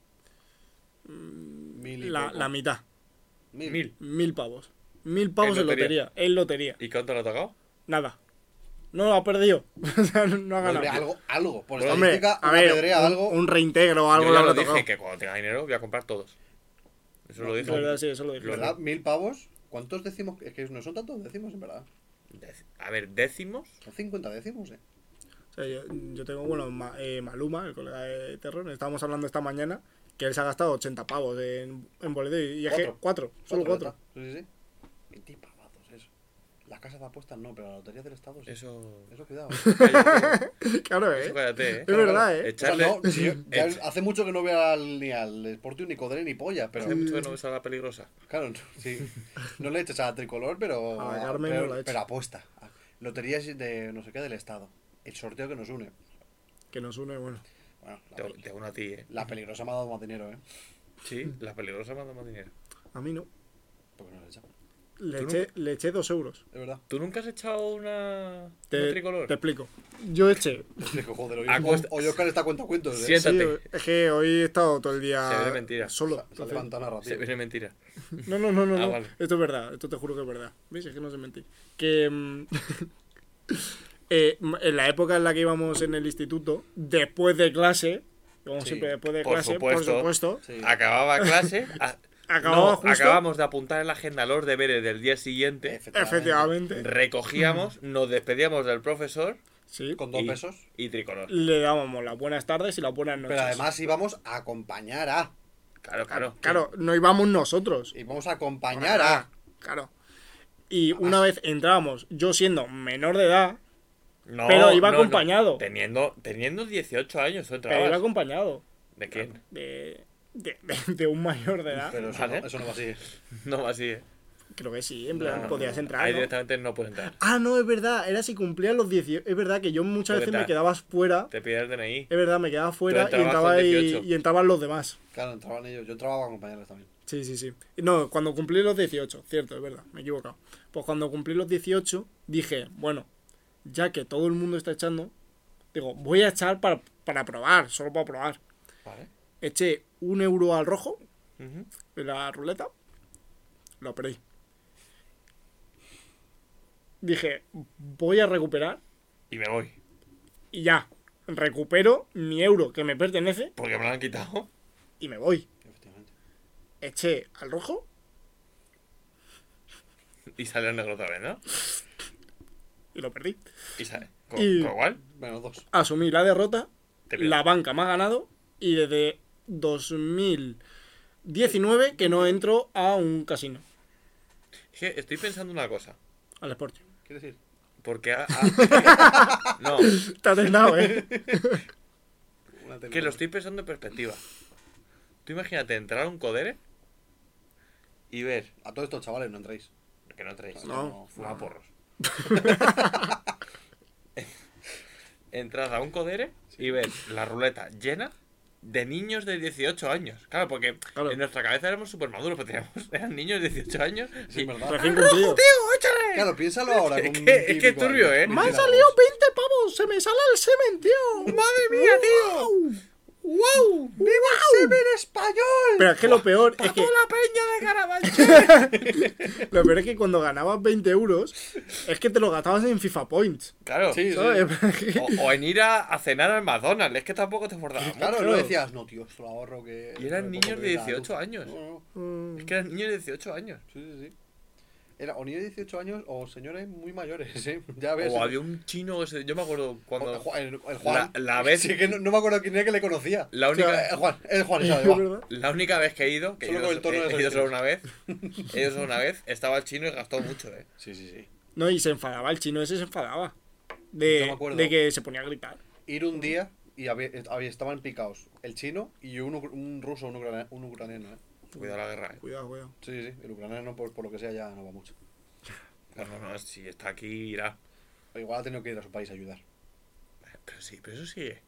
Mil y La, poco. la mitad. Mil. Mil. Mil pavos. Mil pavos En en lotería. lotería. En lotería. ¿Y cuánto le ha tocado? Nada. No, ha perdido. O sea, no ha Hombre, ganado. algo, algo. Por Hombre, estadística, a una ver, pedrea, un, algo. un reintegro o algo Yo le ya lo habrá tocado. dije, que cuando tenga dinero voy a comprar todos. Eso lo Es dije. verdad, sí, eso lo dije. Lo- ¿Verdad? Mil pavos. ¿Cuántos décimos? Es que no son tantos décimos, en verdad. Dec- A ver, décimos. Son cincuenta décimos, eh. O sea, yo, yo tengo, bueno, Ma- eh, Maluma, el colega de Terror, estábamos hablando esta mañana, que él se ha gastado ochenta pavos en, en boleto y, y es que cuatro, solo cuatro. Sí, sí, sí. veinte pavazos, eso. Las casas de apuestas no, pero la lotería del Estado sí. Eso. Eso, cuidado. Cállate, Claro, eso eh. cállate, eh. Es verdad, eh. O sea, Echarle. no, sí, ya Echa- hace mucho que no veo al, ni al Sporting, ni Codere, ni Polla, pero Hace mucho que no ves a la peligrosa. claro, no, sí. No le eches a la tricolor, pero, A la Carmen pero, no la eches. pero apuesta. Loterías de no sé qué del Estado. El sorteo que nos une. Que nos une, bueno. Bueno, la, Te, peli- te uno a ti, eh. la peligrosa me ha dado más dinero, ¿eh? Sí, la peligrosa manda más dinero. A mí no. ¿Por qué no le he echado? Le ¿Tú eché, le eché dos euros. Es verdad. ¿Tú nunca has echado una. una Te, tricolor? te explico. Yo eché. Es que, joder, hoy, Acuesta- hoy Oscar está cuenta cuentos, ¿eh? Siéntate. Sí, es que hoy he estado todo el día Se ve de mentira. solo. Se ha entonces- levantado Se narrativa. viene mentira. No, no, no, no. Ah, no. vale. Esto es verdad. Esto te juro que es verdad. ¿Ves? Es que no sé mentir. Que mm, eh, m- en la época en la que íbamos en el instituto, después de clase, como Sí, siempre después de por clase, supuesto. por supuesto, Sí. Acababa clase. a- acababa no, justo. acabamos de apuntar en la agenda los deberes del día siguiente. Efectivamente. Recogíamos, nos despedíamos del profesor Sí. Con dos y, pesos. y tricolor. Le dábamos las buenas tardes y las buenas noches. Pero además íbamos a acompañar a. Claro, claro. Claro, no íbamos nosotros. Íbamos a acompañar a. Claro. Y una vez entrábamos, yo siendo menor de edad, No, pero iba no, no. acompañado. Teniendo, teniendo dieciocho años, tú pero entrabas. iba acompañado ¿De quién? de, de, de- de un mayor de edad. Pero eso, Vale. no, eso no va así. No, así, eh. Creo que sí, en plan, No, podías no, entrar, Ahí ¿no? directamente no puedes entrar. Ah, no, es verdad, era si cumplías los dieciocho. Es verdad que yo muchas Porque veces me te- quedaba fuera. Te pides el D N I. Es verdad, me quedaba fuera y, entrabas entraba con y, dieciocho. y entraban los demás. Claro, entraban ellos. Yo entraba con compañeros también. Sí, sí, sí. No, cuando cumplí los dieciocho, cierto, es verdad, me he equivocado. Pues cuando cumplí los dieciocho, dije, bueno, ya que todo el mundo está echando, digo, voy a echar para, para probar, solo para probar. Vale. Eché un euro al rojo Ujú. en la ruleta, lo perdí. Dije, voy a recuperar Y me voy. y ya, recupero mi euro que me pertenece Porque me lo han quitado. y me voy. Efectivamente. Eché al rojo Y sale el negro otra vez, ¿no? y lo perdí. Y sale. Con, Y- con lo cual, Menos dos. Asumí la derrota, te pides. la banca me ha ganado y desde dos mil diecinueve que no entro a un casino, Es que estoy pensando una cosa. al Sporting. ¿Quieres decir? Porque. ha- ha- no, Te has tentado, ¿eh? Una tele- que lo estoy pensando en perspectiva. Tú imagínate entrar a un codere y ver. A todos estos chavales no entréis. Que no traéis. No. Fuma porros. Entrar a un codere y ver la ruleta llena de niños de dieciocho años. Claro, porque Claro. en nuestra cabeza éramos súper maduros, pero teníamos, eran niños de dieciocho años. Sí, y, es verdad. Recién cumplido. ¡Tío, échale! Claro, piénsalo ahora. Es con un que- es que es típico turbio, año. ¿eh? ¡Me han Mira, salido vamos. veinte pavos! ¡Se me sale el semen, tío! ¡Madre mía, tío! ¡Wow! ¡Viva el semen español! Pero es que lo peor es ¡Para que, toda la peña de Carabanchel! lo peor es que cuando ganabas veinte euros, es que te lo gastabas en FIFA Points. Claro. Sí, sí. ¿Sabes? O, o en ir a, a cenar al McDonald's. Es que tampoco te esforzabas mucho. Claro, Claro. no decías, no, tío, esto lo ahorro que. Y eran que niños poco de que da dieciocho luz. años. No, no. Es que eran niños de dieciocho años. Sí, sí, sí. Era o niños de dieciocho años o señores muy mayores, ¿eh? Ya ves. O había un chino que se- yo me acuerdo O- cuando el Juan. El, el Juan. La- la vez- Sí, que no, no me acuerdo quién era que le conocía. La única- O sea, el Juan, el Juan, Es ¿sabes? Va. verdad. la única vez que he ido, que he Solo ido, con el tono de he- he las ido solo elecciones. una vez, he ido solo una vez, estaba el chino y gastó mucho, eh. Sí, sí, sí. No, y se enfadaba, el chino ese se enfadaba. Yo De, me acuerdo. de que se ponía a gritar. Ir un día y había, había- estaban picados el chino y un, ucr- un ruso, un, ucrania- un ucraniano, ¿eh? Cuidado la guerra, eh. Cuidado, cuidado. Sí, sí, sí. El ucraniano, por, por lo que sea, ya no va mucho. No, no, no, si está aquí irá. O igual ha tenido que ir a su país a ayudar. Pero sí, pero eso sigue.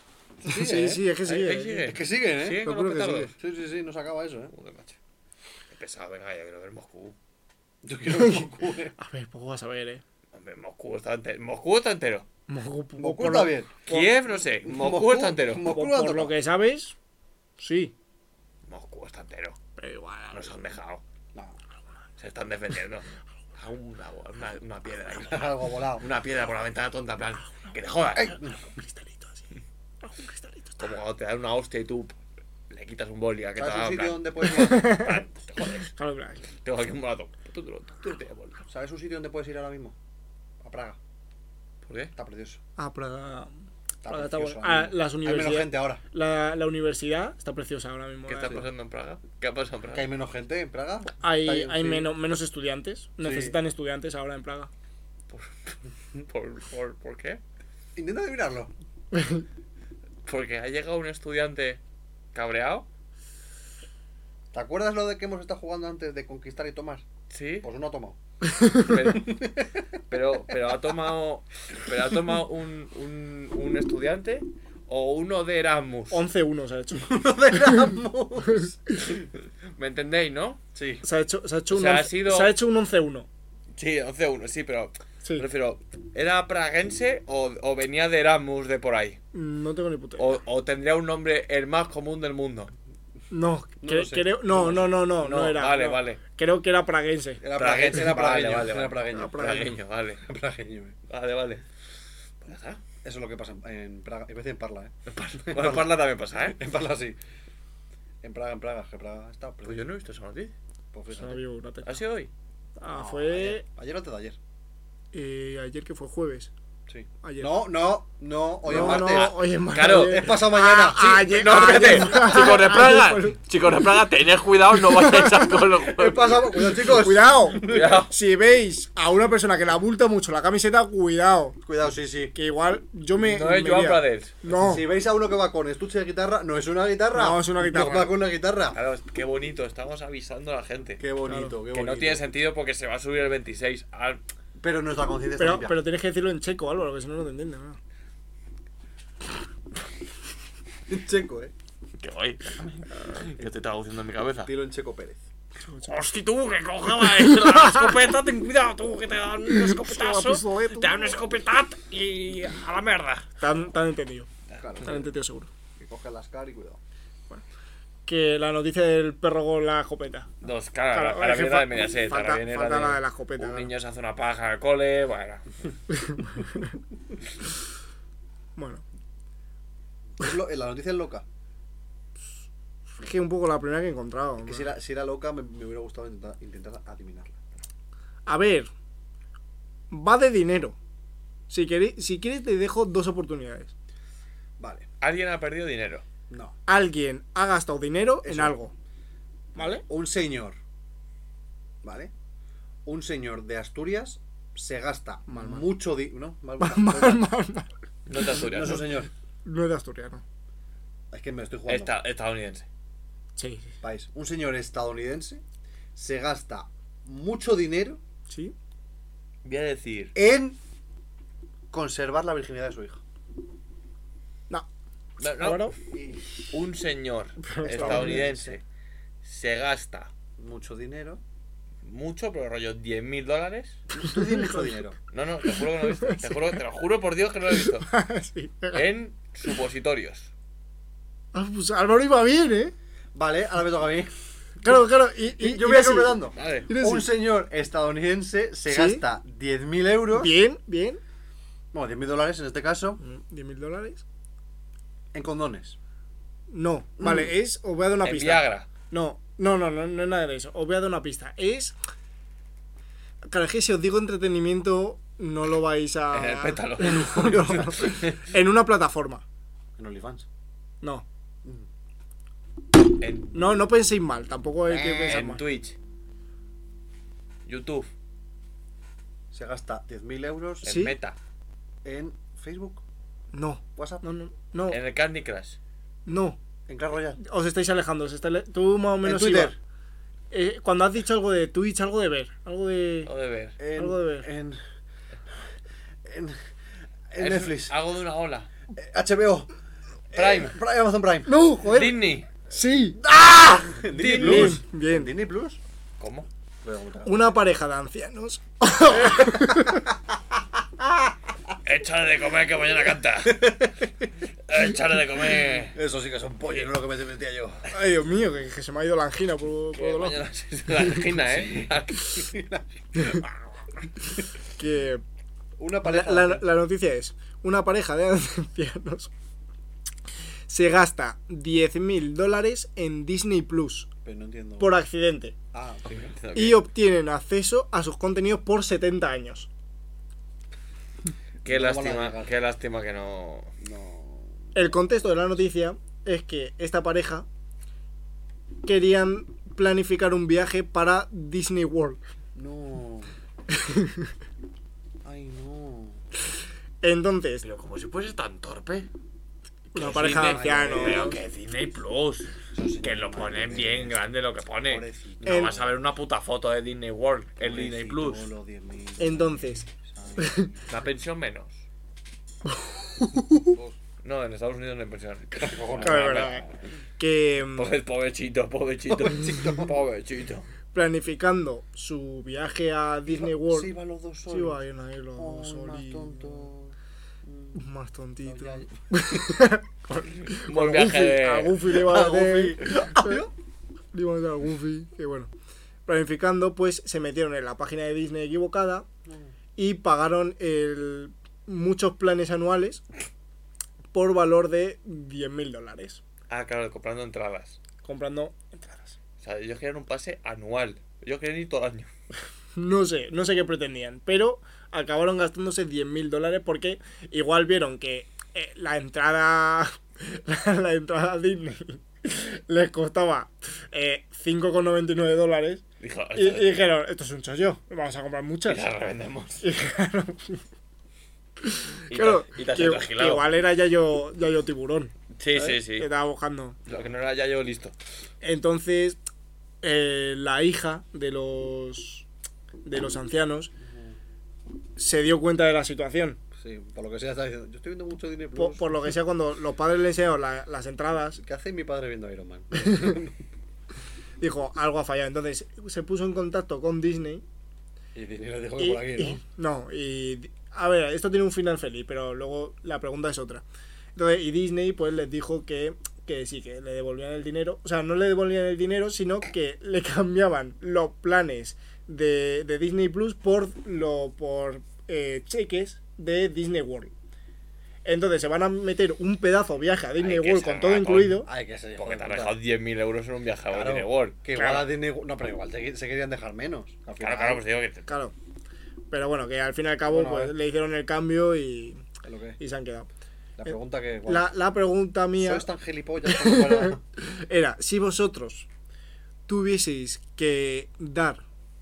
Eso Sí, ¿eh? sí, es que Ahí- sigue. ahí sigue. Es que siguen, ¿eh? Siguen Lo con los juro que petardos. Sí, sí, sí, no se acaba eso, ¿eh? Joder, macho. Qué pesado, venga, ya quiero ver Moscú. Yo quiero ver Goku, ¿eh? A ver, poco vas a ver, eh. Hombre, Moscú está entero. Moscú está entero. Moscú, Goku por está lo- bien. Kiev, no sé. Moscú está entero. Moscú Por, lo han por lo tocado. que sabes, sí. Moscú está entero. Pero igual. a ver. Nos han dejado. No, Se están defendiendo. A una, una, una piedra ahí. algo volado. Una piedra por la ventana tonta, en plan. Que te jodas. Un cristalito así. Un cristalito. está Como cuando te dan una hostia y tú le quitas un boli a que te ¿Sabes da un en sitio plan, donde puedes ir? en plan, te jodes. Claro, en plan, Tengo aquí un bolazo. Tú, tú, tú, tú te boli. ¿Sabes un sitio donde puedes ir ahora mismo? A Praga. ¿Por qué? Está precioso. Ah, Praga. Está Praga está precioso. bueno. ahora Ah, mismo. las Hay menos universidades. gente ahora. La, la universidad está preciosa ahora mismo. ¿Qué la está verdad. pasando en Praga? ¿Qué ha pasado en ¿Que hay Praga? menos gente en Praga? Hay, Está- hay sí. menos, menos estudiantes. Necesitan estudiantes ahora en Praga. ¿Por, por, por, ¿Por qué? Intenta adivinarlo. Porque ha llegado un estudiante cabreado. ¿Te acuerdas lo de que hemos estado jugando antes de conquistar y tomar? Sí. Pues uno ha tomado. Pero, pero, pero ha tomado. Pero ha tomado un, un, un estudiante o uno de Erasmus. once uno se ha hecho. ¿Me entendéis, no? Sí. Se ha hecho, se ha hecho O un, sea, ha once, sido- se ha hecho un once uno. Sí, once uno, sí, pero. Sí. Me refiero, ¿era praguense o, o venía de Erasmus de por ahí? No tengo ni puta idea. O, o tendría un nombre el más común del mundo. No, No cre- lo sé. creo, no, no, no, no, no, No, era. vale, no. vale. Creo que era praguense. Era Praguense, pragueño. Era vale, pragueño. vale, Era vale. pragueño. Ah, pragueño. Pragueño, vale. Pragueño. Vale, vale. Pues ya está. Eso es lo que pasa en- en Praga. En vez de en Parla, ¿eh? Bueno, en Parla también pasa, ¿eh? En Parla sí. En Praga, en Praga. Que Praga está. Pues yo no he visto esa noticia. Pues Se fíjate. la vio una teta. ¿Ha sido hoy? Ah, No, fue Ayer, ayer o antes de ayer. eh, ayer que fue jueves. Sí. Ayer. No, no, no, hoy es no, martes. no, hoy es martes. Claro, Es pasado mañana. Ah, Sí, ayer- No, espérate. ayer- Chicos de Praga, ayer- chicos de Praga, tened cuidado, no vayáis a con los Es juegos. pasado. Cuidado, chicos. Cuidado. Cuidado. Si veis a una persona que le abulta mucho la camiseta, cuidado. Cuidado, sí, sí. Que igual yo me. No es me Joan lía. Pradels. No. Si veis a uno que va con estuche de guitarra, no es una guitarra. No, es una guitarra. No va con una guitarra. Claro, qué bonito, estamos avisando a la gente. Qué bonito, Claro. qué Que bonito. no tiene sentido porque se va a subir el veintiséis al... Pero nuestra conciencia está Pero, limpia. pero tienes que decirlo en checo, Álvaro, que si no, no te entiendes. ¿no? En checo, eh. Que voy. Que te traduciendo en mi cabeza. Dilo en Checo Pérez. Hostia, tú, que coja la escopeta, ten cuidado, tú, que te dan un escopetazo, pistolet, tú. te dan un escopetat y a la mierda. Tan, tan entendido. Claro. Tan entendido seguro. Que coge las caras y cuidado. Que la noticia del perro con la escopeta. Dos, claro, Claro, ahora es que viene la de fa- Mediaset, falta- ahora viene falta la de, la de la escopeta, un claro. niño se hace una paja al cole, bueno. Bueno, Es lo- la noticia es loca. es que un poco la primera que he encontrado. Que si era, si era loca, me, me hubiera gustado intentar, intentar adivinarla. A ver, va de dinero. Si queréis, si quieres, te dejo dos oportunidades. Vale. Alguien ha perdido dinero. No. Alguien ha gastado dinero en Eso. algo. ¿Vale? Un señor. ¿Vale? Un señor de Asturias se gasta Mal, mal. mucho dinero. ¿No? Mal, mal, Mal, mal. mal, mal. No te Asturias, No es un ¿no? señor. No es de Asturias, no. Es que me lo estoy jugando. Esta- estadounidense. Sí, sí. País. Un señor estadounidense se gasta mucho dinero Sí. Voy a decir... en conservar la virginidad de su hija. No. No, no, Álvaro. un señor Pero estadounidense se gasta Mucho dinero. mucho, pero rollo diez mil dólares. Tú tienes mucho dinero. No, no, te juro que no lo he visto. Te, juro, te lo juro por Dios que no lo he visto. Sí, venga. En supositorios. Ah, pues Álvaro iba bien, ¿eh? Vale, ahora me toca a mí. Claro, claro. Y, y, Y yo voy a ir así. completando. Vale. Mira, Un sí. señor estadounidense se ¿Sí? gasta diez mil euros. Bien, bien. Bueno, diez mil dólares en este caso. ¿diez mil dólares? En condones. No. Vale, es. Os voy a dar una En pista. Viagra. No, no, no, no, no es nada de eso. Os voy a dar una pista. Es. Claro, es que si os digo entretenimiento, no lo vais a. En el pétalo. No, no. En una plataforma. En OnlyFans. No. En, No, no penséis mal. Tampoco hay que pensar en mal. Twitch. YouTube. Se gasta diez mil euros En ¿Sí? Meta. en Facebook, No. WhatsApp, No, no, no. En el Candy Crush. No. en Clash Royale. Os estáis alejando. Os estáis... Tú más o menos Twitter. ibas. Eh, cuando has dicho algo de Twitch, algo de ver. Algo de. O de ver. En, Algo de ver. En, en, en Es Netflix. Algo de una ola. Eh, H B O. Prime. Eh, Prime, Amazon Prime. No, joder. Disney. Sí. Disney Bien, Plus. bien. ¿En Disney Plus? ¿Cómo? Una pareja de ancianos. Échale de comer que mañana canta. Échale de comer. Eso sí que son pollos, no lo que me metía yo. Ay, Dios mío, que, que se me ha ido la angina por, por Que dolor. mañana se la angina, ¿eh? Que Una la, pareja. la- la noticia es: una pareja de ancianos se gasta diez mil dólares en Disney Plus Pero no entiendo. por accidente Ah, sí. y obtienen acceso a sus contenidos por setenta años. Qué No van a lástima, llegar. qué lástima que no. No. El contexto de la noticia es que esta pareja querían planificar un viaje para Disney World. No. Ay, no. Entonces, Pero como si fuese tan torpe. una Que pareja de Disney- ancianos. Pero que Disney Plus. Que lo ponen bien grande lo que pone. Pobrecito. No El- vas a ver una puta foto de Disney World en Disney Plus. Pobrecito, los diez mil, Entonces, ¿sabes? La pensión menos. No, en Estados Unidos no hay pensión. claro, es verdad, que mm, Pobre, pobrecito, pobrecito. Pobrecito. planificando su viaje a Disney World. Se iban los dos solos. Sí, vayan ahí los Oh, dos más solitos. tonto. Más tontito. Ya- Un buen viaje A de. Goofy le iba a A meter. Le iba a meter a Goofy. Que bueno. Planificando, pues se metieron en la página de Disney equivocada y pagaron el, muchos planes anuales por valor de diez mil dólares. Ah, claro, comprando entradas. Comprando entradas. O sea, ellos querían un pase anual. Ellos querían ir todo el año. No sé, no sé qué pretendían, pero acabaron gastándose diez mil dólares porque igual vieron que eh, la entrada la, la entrada a Disney les costaba eh, cinco con noventa y nueve dólares Dijo, y, y dijeron, esto es un chollo, vamos a comprar y muchas. la revendemos. Y claro, Y claro, te, y te has que, que trasquilado. igual era Yayo, Yayo Tiburón. Sí, ¿sabes? sí, sí. Que estaba buscando. Lo que no era ya yo listo. Entonces, eh, la hija de los de los ancianos se dio cuenta de la situación. Sí, por lo que sea está diciendo, yo estoy viendo mucho Disney Plus. Por, por lo que sea, cuando los padres le enseñaron la- las entradas, ¿Qué hace mi padre viendo Iron Man? dijo, algo ha fallado. Entonces, se puso en contacto con Disney. Y Disney le dijo que Y, por aquí, y- ¿no? no, y... A ver, esto tiene un final feliz, pero luego la pregunta es otra. Entonces, y Disney, pues, les dijo que, que sí, que le devolvían el dinero. O sea, no le devolvían el dinero, sino que le cambiaban los planes de, de Disney Plus por, lo, por eh, cheques de Disney World. Entonces, se van a meter un pedazo viaje a Disney que World ser con todo ratón. incluido. Ay, que se dijo Porque de te han puta. dejado diez mil euros en un viaje a Claro, Disney World. que igual Claro. a Disney... No, pero igual se, se querían dejar menos. Al final. Claro, claro, pues digo que... te- Claro. Pero bueno, que al fin y al cabo, Bueno, a pues, ver. le hicieron el cambio y, Es lo que es. y se han quedado. La pregunta que... La, la pregunta mía ¿Sois tan gilipollas como para...? era, si vosotros tuvieseis que dar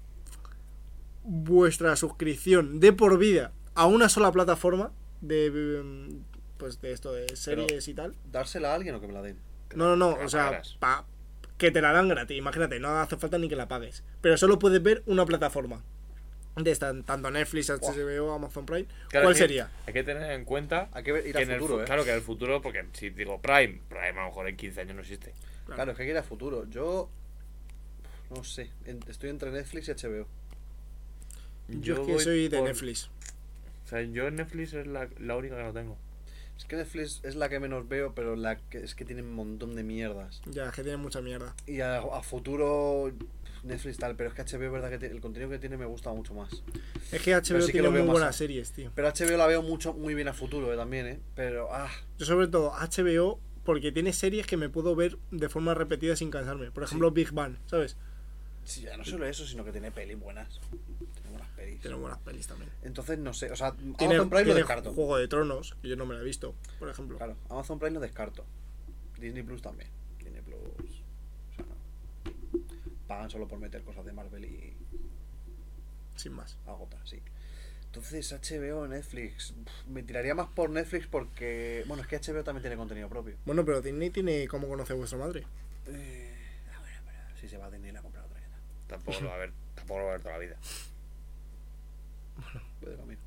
vuestra suscripción de por vida a una sola plataforma de mm, pues de esto de series y tal. ¿Dársela a alguien o que me la den? No, no, no, que la o sea, pagaras. pa, que te la dan gratis, imagínate, no hace falta ni que la pagues, pero solo puedes ver una plataforma. De esta, tanto Netflix, H B O, Amazon Prime. Claro, ¿Cuál es que sería? Hay que tener en cuenta Hay que ver- ir que al en el futuro, fu- ¿eh? Claro, que en el futuro, porque si digo Prime, Prime a lo mejor en quince años no existe. Claro, es que hay que ir a futuro. Yo... No sé. en- Estoy entre Netflix y H B O. Yo, es que voy soy de por- Netflix. O sea, yo en Netflix es la, la única que no tengo. Es que Netflix es la que menos veo, pero la que es que tiene un montón de mierdas. Ya, es que tiene mucha mierda. Y a, a futuro Netflix tal, pero es que H B O, verdad que te- el contenido que tiene me gusta mucho más. Es que H B O Pero sí que tiene lo veo muy más buenas a- series, tío. Pero H B O la veo mucho, muy bien a futuro eh, también, ¿eh? Pero, ah, Yo sobre todo H B O porque tiene series que me puedo ver de forma repetida sin cansarme. Por ejemplo, Big Bang, ¿sabes? sí, ya no solo eso, sino que tiene pelis buenas. Tiene buenas pelis. Tiene buenas pelis también. Entonces, no sé, o sea, Tiene, Amazon Prime lo tiene descarto. Juego de Tronos, que yo no me la he visto, por ejemplo. Claro, Amazon Prime lo descarto. Disney Plus también. Disney Plus. O sea, no. Pagan solo por meter cosas de Marvel y Sin más. agota, sí. Entonces, H B O, Netflix. Uf, me tiraría más por Netflix porque. Bueno, es que H B O también tiene contenido propio. Bueno, pero Disney tiene cómo conoce a vuestra madre. Eh, ah, bueno, pero si se va a Disney a comprar otra cosa. Tampoco lo va a ver, tampoco lo va a ver toda la vida. Voy de camino.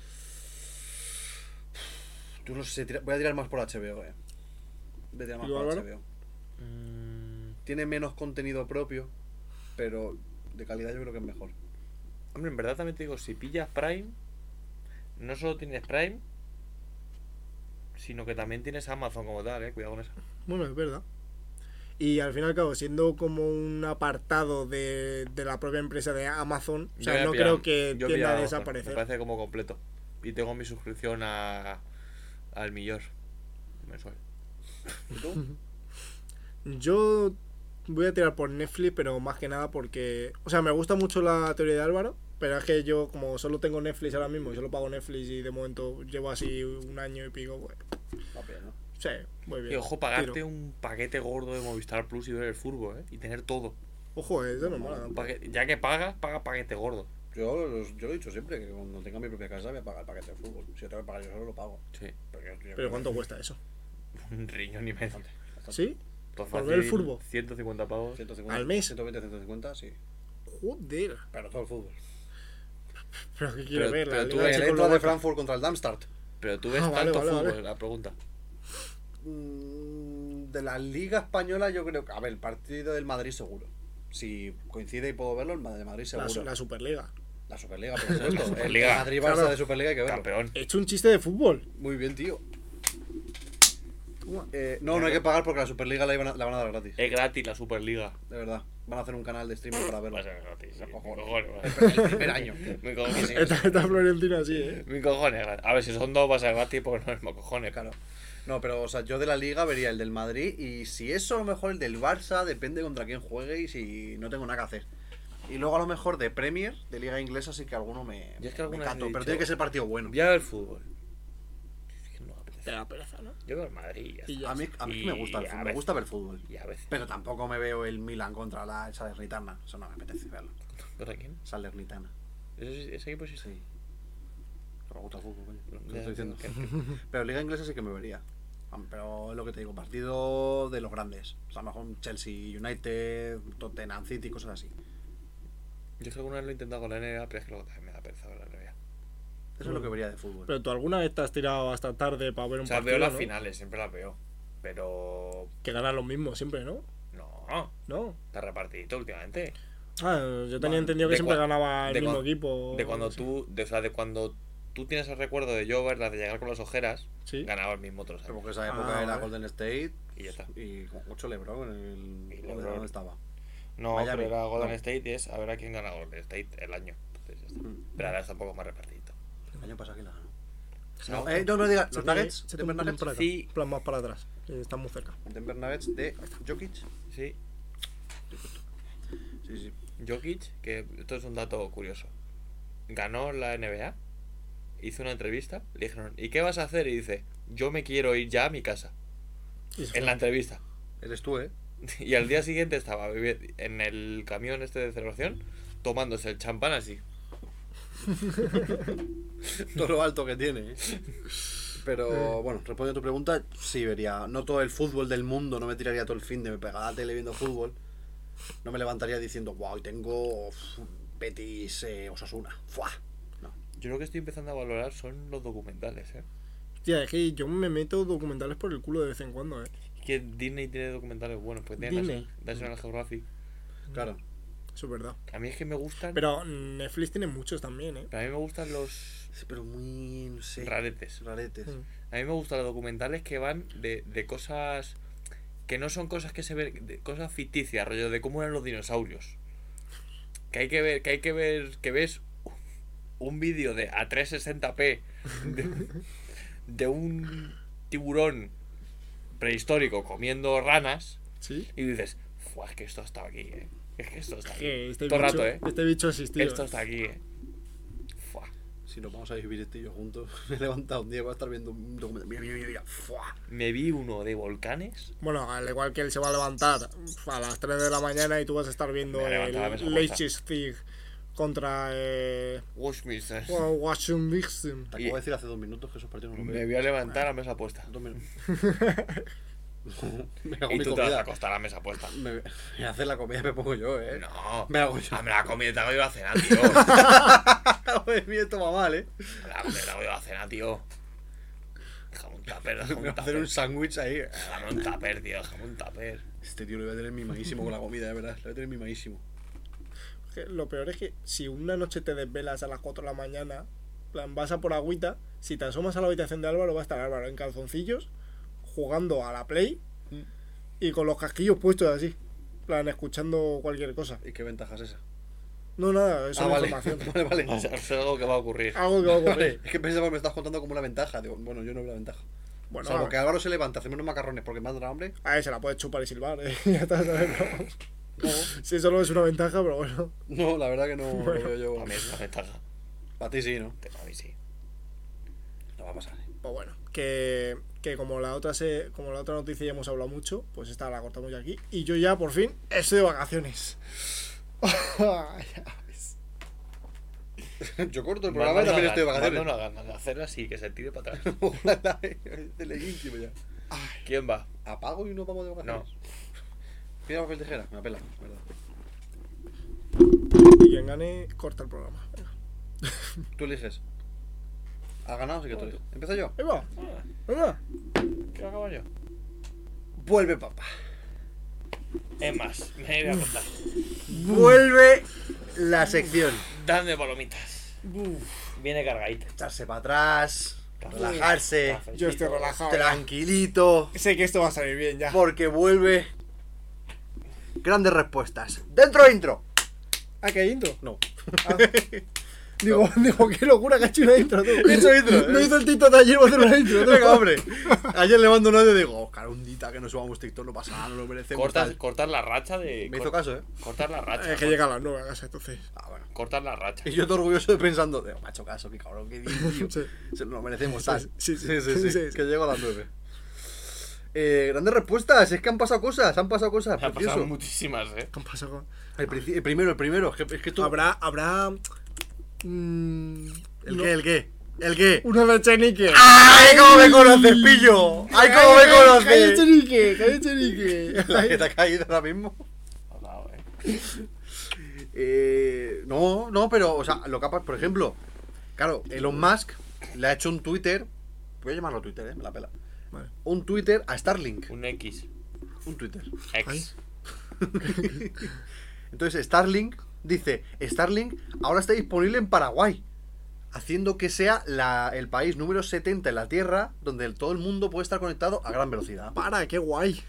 Yo no sé, tira- voy a tirar más por H B O, eh. Voy a tirar más ¿Y tú, por Álvaro? H B O. Mm, Tiene menos contenido propio, pero de calidad yo creo que es mejor. hombre, en verdad también te digo, si pillas Prime, no solo tienes Prime, sino que también tienes Amazon como tal, eh. Cuidado con eso. Bueno, es verdad. Y al fin y al cabo, siendo como un apartado de, de la propia empresa de Amazon, o Yo sea, voy a no pillar- creo que yo tienda pillar a Amazon, desaparecer. Me parece como completo. Y tengo mi suscripción a al millón mensual. ¿Y tú? Yo voy a tirar por Netflix, pero más que nada porque... O sea, me gusta mucho la teoría de Álvaro, pero es que yo, como solo tengo Netflix ahora mismo, y solo pago Netflix y de momento llevo así un año y pico, pues... Va bien, ¿no? Sí, muy bien. Y ojo, pagarte Tiro. un paquete gordo de Movistar Plus y ver el fútbol, ¿eh? Y tener todo. Ojo, eso no mola Un tampoco. paquete- ya que pagas, paga paquete gordo. Yo, los- yo lo he dicho siempre, que cuando tenga mi propia casa voy a pagar el paquete de fútbol. Si yo tengo que pagar yo solo, lo pago. Sí. Porque yo- yo- Pero ¿cuánto cuesta eso? Un riñón y medio. Bastante, bastante. ¿Sí? Todo ¿Por ver el fácil, fútbol? ciento cincuenta pavos. ciento cincuenta, ¿Al mes? ciento veinte, ciento cincuenta, sí. Joder. Pero todo el fútbol. ¿Pero qué quiero Pero- ver? La pero tú Liga El de entra de Checoslovaquia. Frankfurt contra el Darmstadt. Pero tú ves Ah, vale, tanto vale, fútbol, vale. la pregunta. Mm, De la Liga Española yo creo que... A ver, el partido del Madrid seguro. Si coincide y puedo verlo, el de Madrid La, seguro. la Superliga. La Superliga, por supuesto. La El Superliga. Madrid-Barça Claro. de Superliga hay que verlo. Campeón. He hecho un chiste de fútbol. Muy bien, tío. Toma. Eh, no, no hay que pagar porque la Superliga la, iban a- la van a dar gratis. Es gratis la Superliga. De verdad. Van a hacer un canal de streaming para verlo. Va a ser gratis. sí. Los Mi cojones. cojones. va a ser- El primer año. Mi cojones. Esta, esta Florentina así, ¿eh? Mi cojones. gratis. A ver, si son dos va a ser gratis porque no es mi cojones. Claro. No, pero o sea, yo de la Liga vería el del Madrid y si eso a lo mejor el del Barça, depende contra quién juegue y si no tengo nada que hacer. Y luego a lo mejor de Premier, de Liga Inglesa, sí que alguno me, Yo es que me alguna vez canto, he pero dicho- tiene que ser partido bueno. Voy a ver fútbol. Es que no me apetece. Te da pereza, ¿no? Yo veo el Madrid y ya Y está. ya. A mí, a mí Y me gusta el a fútbol, me veces- gusta ver fútbol. Y a veces. Pero tampoco me veo el Milan contra la Salernitana. Eso no me apetece verlo. ¿Contra quién? Salernitana. ¿Ese, ese equipo existe? Sí. No me gusta el fútbol, coño. ¿Qué Ya, estoy diciendo? que- que- Pero Liga Inglesa sí que me vería. Am, Pero es lo que te digo, partido de los grandes. O sea, a lo mejor Chelsea, United, Tottenham City, cosas así. Yo es que alguna vez lo he intentado con la N B A, pero es que luego también me da pereza ver la N B A. Eso es lo que vería de fútbol. Pero tú alguna vez te has tirado hasta tarde para ver un O sea, partido, veo las ¿no? finales, siempre las veo. Pero. Que ganan los mismos siempre, ¿no? No, ¿No? está repartidito últimamente. Ah, yo tenía Vale. entendido que De siempre cua- ganaba el de mismo cua- equipo. De cuando sí. tú. De, o sea, de cuando tú tienes el recuerdo de yo verlas, de llegar con las ojeras, Sí. ganaba el mismo otros Pero años. porque esa época Ah, era vale. Golden State Y ya está. y con ocho LeBron en el. Y joder, LeBron. ¿dónde estaba? No, Miami. pero era Golden No. State y es a ver a quién gana Golden State el año. Entonces ya está. Mm. Pero ahora está un poco más repartidito. El año pasado que la ganó. No, No, eh, no, no digas. Se Los te- Nuggets. se te Denver un pelín Nuggets. para acá. Sí. En plan más para atrás. eh, Están muy cerca. Denver Nuggets de Jokic. Sí. Sí, sí. Jokic, que esto es un dato curioso. Ganó la N B A, hizo una entrevista, le dijeron, ¿y qué vas a hacer? Y dice, yo me quiero ir ya a mi casa. Y se En la fue. entrevista. Eres tú, ¿eh? Y al día siguiente estaba vivi- en el camión este de celebración, tomándose el champán así. Todo lo alto que tiene, ¿eh? Pero bueno, respondiendo a tu pregunta, sí vería. No todo el fútbol del mundo, no me tiraría todo el fin de me pegada a la tele viendo fútbol. No me levantaría diciendo, wow, hoy tengo uf, Betis eh, Osasuna. ¡Fua! No. Yo lo que estoy empezando a valorar son los documentales, ¿eh? Hostia, es que yo me meto documentales por el culo de vez en cuando, ¿eh? Que Disney tiene documentales buenos, pues tiene Disney. National- National Geographic. Claro. Eso es verdad. A mí es que me gustan, Pero Netflix tiene muchos también, ¿eh? pero a mí me gustan los Sí, pero muy, no sé. raretes. Raretes. Mm. A mí me gustan los documentales que van de, de cosas que no son cosas que se ven, de cosas ficticias, rollo de cómo eran los dinosaurios. Que hay que ver, que hay que ver, que ves un vídeo de a trescientos sesenta p de, de un tiburón prehistórico comiendo ranas Sí. y dices, "Fua, es que esto está aquí, eh. Es que esto está aquí. Que este Todo el bicho, rato, eh. este bicho ha existido. Esto está aquí, eh. Fua. Si nos vamos a vivir este y yo juntos, me he levantado un día y voy a estar viendo un documental. Mira, mira, mira, mira. ¡Fua! Me vi uno de volcanes. Bueno, al igual que él se va a levantar a las tres de la mañana y tú vas a estar viendo Me voy a levantar a la el mesa Leicester contra eh, Washington. Washington Dixon. Te acabo de decir hace dos minutos que esos partidos no los Me veo. voy a levantar a mesa puesta. Dos minutos. me hago Y mi tú te vas a comida. acostar a mesa puesta. Me, me voy a hacer la comida me pongo yo, eh. No. Me hago yo. Ah, me la comida te hago yo la cena, tío. Joder, mira, esto va mal, eh. Me la comida te hago yo la cena, tío. Déjame un tupper, Me déjame voy un a hacer tupper. un sándwich ahí. Déjame un tupper, tío, déjame un tupper. Este tío lo voy a tener mimadísimo con la comida, de verdad. Lo voy a tener mimadísimo. Que Lo peor es que si una noche te desvelas a las cuatro de la mañana, en plan, vas a por agüita, si te asomas a la habitación de Álvaro, va a estar Álvaro en calzoncillos, jugando a la Play y con los casquillos puestos así, en plan, escuchando cualquier cosa. ¿Y qué ventaja es esa? No, nada, eso ah, es vale. información. vale, vale. O sea, es algo que va a ocurrir. Algo que va a ocurrir. Vale, es que pensaba que me estás contando como una ventaja. Digo, bueno, yo no veo la ventaja. Bueno, Salvo que Álvaro se levanta, hacemos unos macarrones porque me da hambre. a ver, se la puedes chupar y silbar, ¿eh? Ya está, ¿sabes? No. Sí, eso no es una ventaja, pero bueno. No, la verdad que no lo veo yo. A mí es una ventaja. Para ti sí, ¿no? A mí sí. No va a pasar. ¿eh? Pues bueno, que, que como la otra se, como la otra noticia ya hemos hablado mucho, pues esta la cortamos ya aquí. Y yo ya por fin estoy de vacaciones. Yo corto el programa y también estoy de vacaciones. No hagan de hacer así, que se tire para atrás. Ojalá, de legítimo ya. ¿Quién va? ¿Apago y no vamos de vacaciones? No. Mira papel tijera, me apela, verdad. Y quien gane, corta el programa. Venga. Tú eliges. ¿Has ganado? Sí que tú eliges. ¿Empiezo yo? Ahí va, venga. ¿Qué acabo yo? Vuelve papá. Es más, me voy a contar. Vuelve la sección. Dame palomitas. Viene cargadita. Echarse para atrás, Café, relajarse, cafecito. Yo estoy relajado. ya. tranquilito, Sé que esto va a salir bien ya. porque vuelve grandes respuestas. Dentro intro. ¿Ah, qué hay intro? No. Digo, digo, qué locura que ha hecho una intro, tú. He hecho intro, No ¿eh? hizo el TikTok de ayer, voy a hacer una intro, tú. Venga, hombre. Ayer le mando un audio y digo, Oscar, un dita que no subamos TikTok, no pasa nada, no lo merecemos. Cortas, tal. cortas la racha de. Me cor- hizo caso, ¿eh? Cortas la racha. Es que llega a las nueve a casa, entonces. Ah, bueno. Cortas la racha. Y yo estoy orgulloso de pensando, digo, me ha hecho caso, qué cabrón, qué bien, tío. Sí. Se lo merecemos, Sí, tal. sí, sí, sí, sí, sí, sí, sí. que llego a las nueve. Eh, grandes respuestas, es que han pasado cosas, han pasado cosas. Me han precioso. pasado muchísimas, eh. ¿Qué han pasado? El, princi- el primero, el primero, es que, es que esto... Habrá, habrá. mm, ¿El no- qué, el qué? ¿El qué? Uno de Chenique. ¡Ay, cómo me conoces, pillo! ¡Ay, cómo me ¡Calle conoces! Chenique! ¡Calle Chenique! La que te ha caído ahora mismo. Ha dado, eh. Eh, no, no, pero, o sea, lo capaz, por ejemplo, claro, Elon Musk le ha hecho un Twitter, voy a llamarlo Twitter, eh, me la pela. Vale. Un Twitter a Starlink. Un X. Un Twitter. X. Entonces, Starlink dice: Starlink ahora está disponible en Paraguay, haciendo que sea la, el país número setenta en la Tierra donde el- todo el mundo puede estar conectado a gran velocidad. Para, qué guay.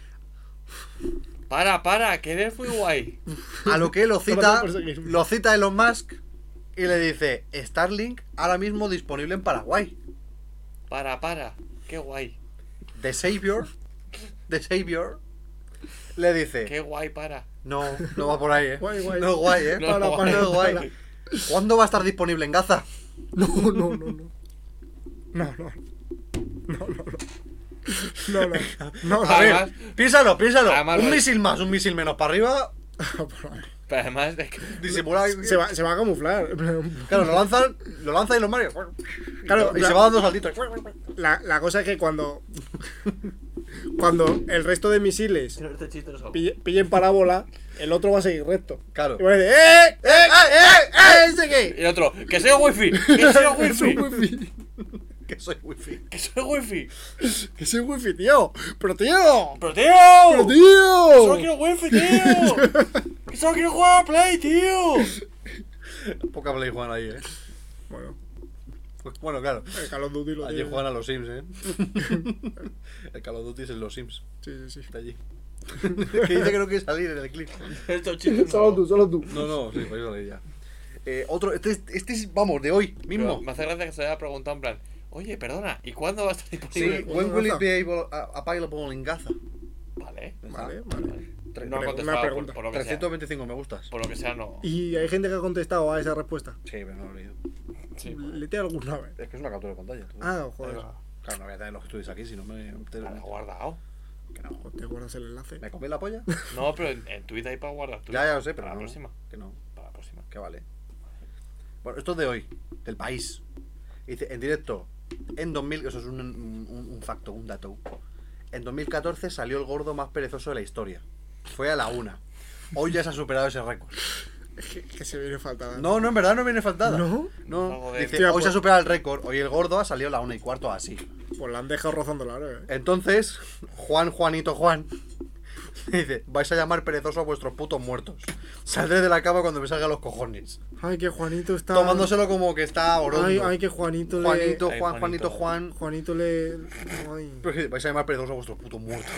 Para, para, que eres muy guay. A lo que lo Solo cita, por seguir. lo cita Elon Musk y le dice: Starlink ahora mismo disponible en Paraguay. Para, para, qué guay. The Savior, The Savior, le dice: Qué guay, para. No, no va por ahí, eh. Guay, guay. No guay, eh. No, Para, guay, para, no guay. para. ¿Cuándo va a estar disponible en Gaza? No, no, no, no. No, no. No, no, no. No, no. No, A ver, Además- piénsalo, piénsalo. además Un lo- misil más, un misil menos para arriba, Pero además es que. disimular. Se va, se va a camuflar. Claro, lo lanzan, lo lanzan y los Mario. Claro, y la- se va dando saltitos. La, la cosa es que cuando. Cuando el resto de misiles pille- pillen parábola, el otro va a seguir recto. Claro. Y va a decir: ¡Eh! ¡Eh! ¡Eh! ¡Eh! ¿Ese qué? Y el otro, que soy wifi, que soy Es wifi, un wifi. Que soy wifi. que soy wifi. Que soy wifi, tío. Pero tío. Pero Pero tío, tío. solo quiero wifi, tío. Que solo quiero jugar a Play, tío. Poca play juegan ahí, eh. Bueno, Pues, bueno, claro. el Call of Duty lo Allí tiene. juegan a los Sims, eh. El Call of Duty es en los Sims. Sí, sí, sí. De allí. Que dice que no quiere salir en el clip. Estos chistes Solo no. tú, solo tú. No, no, sí, pues salir ya. Eh, otro, este, es- este es, vamos, de hoy Pero mismo. me hace gracia que se haya preguntado en plan, oye, perdona, ¿y cuándo va a estar Sí, disponible? when will it be able, uh, available in Gaza? Vale. Vale, vale. Tre- No ha Una contestado por, pregunta. por lo que sea. trescientos veinticinco me gustas. Por lo que sea, no. Y hay gente que ha contestado a esa respuesta. Sí, pero no lo he leído. Sí, Lete alguna vez. Es que es una captura de pantalla. tú. Ah, joder. Venga, Claro, no voy a tener los estudios aquí, si no me. Te, vale, guardado. que no. ¿Te guardas el enlace? ¿Me comí la polla? No, pero en, en Twitter hay para guardar. ya, ya lo sé, pero Para la no. próxima. Que no, Para la próxima. que vale. Bueno, esto es de hoy, del país. Dice, en directo, en dos mil, eso es un, un, un facto, un dato. En dos mil catorce salió el gordo más perezoso de la historia. Fue a la una. Hoy ya se ha superado ese récord. Que, que se viene faltada. No, no, en verdad no viene faltada. ¿No? No. Algo de- Dice, Hostia, hoy pues- se ha superado el récord. Hoy el gordo ha salido a la una y cuarto así. Pues la han dejado rozando la hora, eh. Entonces, Juan, Juanito, Juan, dice, vais a llamar perezoso a vuestros putos muertos. Saldré de la cama cuando me salgan los cojones. Ay, que Juanito está. Tomándoselo como que está orondo. Ay, ay, que Juanito, Juanito, le. Ay, Juan, Juanito. Juanito, Juan. Juanito le. Ay, Pero que vais a llamar perezoso a vuestros putos muertos.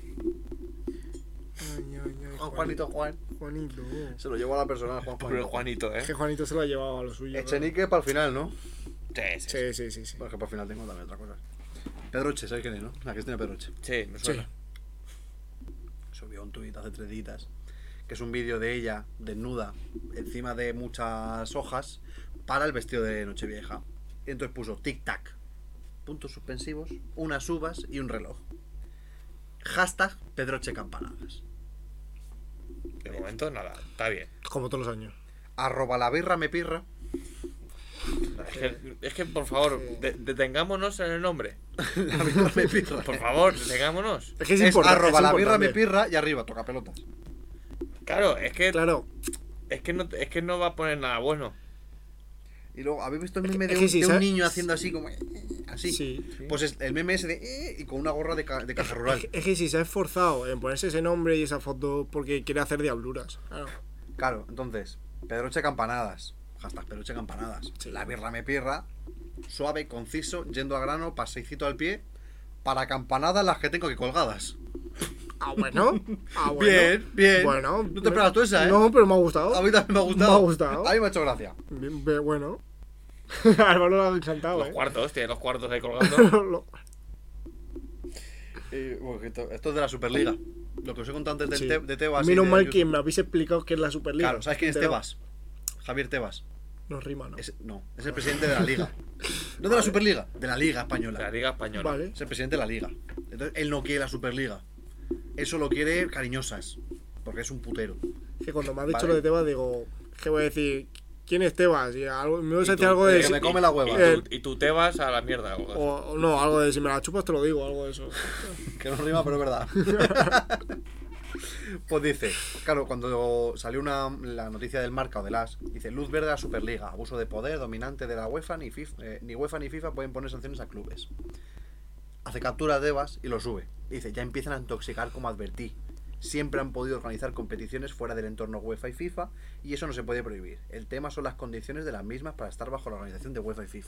ay, ay, ay. Juan, Juanito, Juan. Juanito. Se lo llevó a la personal, Juan, Pobre Juanito. Juanito, Es que eh. Juanito se lo ha llevado a lo suyo. ¿no? Echenique para el final, ¿no? Sí, sí. Sí, sí, sí, sí. Porque para el final tengo también otra cosa. Pedroche, ¿sabes quién es, no? La Cristina Pedroche. Sí, me suena. Subió un tuit hace tres días, que es un vídeo de ella desnuda encima de muchas hojas para el vestido de Nochevieja. Y entonces puso tic-tac, puntos suspensivos, unas uvas y un reloj. Hashtag Pedroche Campanadas. De momento, nada, está bien. Como todos los años. Arroba la birra me pirra. Es que, es que por favor, de- detengámonos en el nombre. La birra me pirra. Por favor, detengámonos. Es que es, Es importante. arroba es la birra me importante. pirra y arriba toca pelotas. Claro, es que, Claro. es que no, es que no va a poner nada bueno. Y luego, ¿habéis visto el Es que- meme de es un, que sí, de un ¿sabes? niño haciendo así como... eh, así? Sí. Pues es el meme ese de... eh, y con una gorra de, ca- de caja Es rural. que, es que si se ha esforzado en ponerse ese nombre y esa foto porque quiere hacer diabluras. Claro. Claro, entonces, Pedroche Campanadas. Hashtag Pedroche Campanadas. Sí. La birra me pirra. Suave, conciso, yendo a grano, paseicito al pie. Para campanadas las que tengo que colgadas. Ah, bueno. Ah, bueno. Bien, bien. Bueno. No te esperas tú esa, ¿eh? No, pero me ha gustado. A mí también me ha gustado. Me ha gustado. A mí me ha hecho gracia. Bien, bien, bueno. Álvaro lo ha encantado, Los eh. cuartos, tiene los cuartos ahí colgando. Lo- Y, bueno, que esto, esto es de la Superliga. Lo que os he contado antes del sí. Te- de Tebas. y Menos de mal Ayuso. que me habéis explicado qué es la Superliga. Claro, ¿sabes quién es Pero- Tebas? Javier Tebas. No rima, ¿no? Es, no, es el presidente de la Liga. No de la Superliga, de la Liga Española. La Liga Española. Vale. Es el presidente de la Liga. Entonces, él no quiere la Superliga. Él solo quiere cariñosas. Porque es un putero. Que cuando me has dicho Vale. lo de Tebas, digo, ¿qué voy a decir? ¿Quién es Tebas? Y algo, me vas a Y decir tú, algo de. que me come la hueva. eh, Y tú, y tú te vas a la mierda. O, o, o no, algo de si me la chupas te lo digo, algo de eso. Que no rima, pero es verdad. Pues dice, claro, cuando salió una, la noticia del Marca o del As, dice, luz verde a la Superliga, abuso de poder dominante de la UEFA, ni, FIFA, eh, ni UEFA ni FIFA pueden poner sanciones a clubes. Hace captura de Tebas y lo sube. Dice, ya empiezan a intoxicar como advertí. Siempre han podido organizar competiciones fuera del entorno UEFA y FIFA y eso no se puede prohibir. El tema son las condiciones de las mismas para estar bajo la organización de UEFA y FIFA.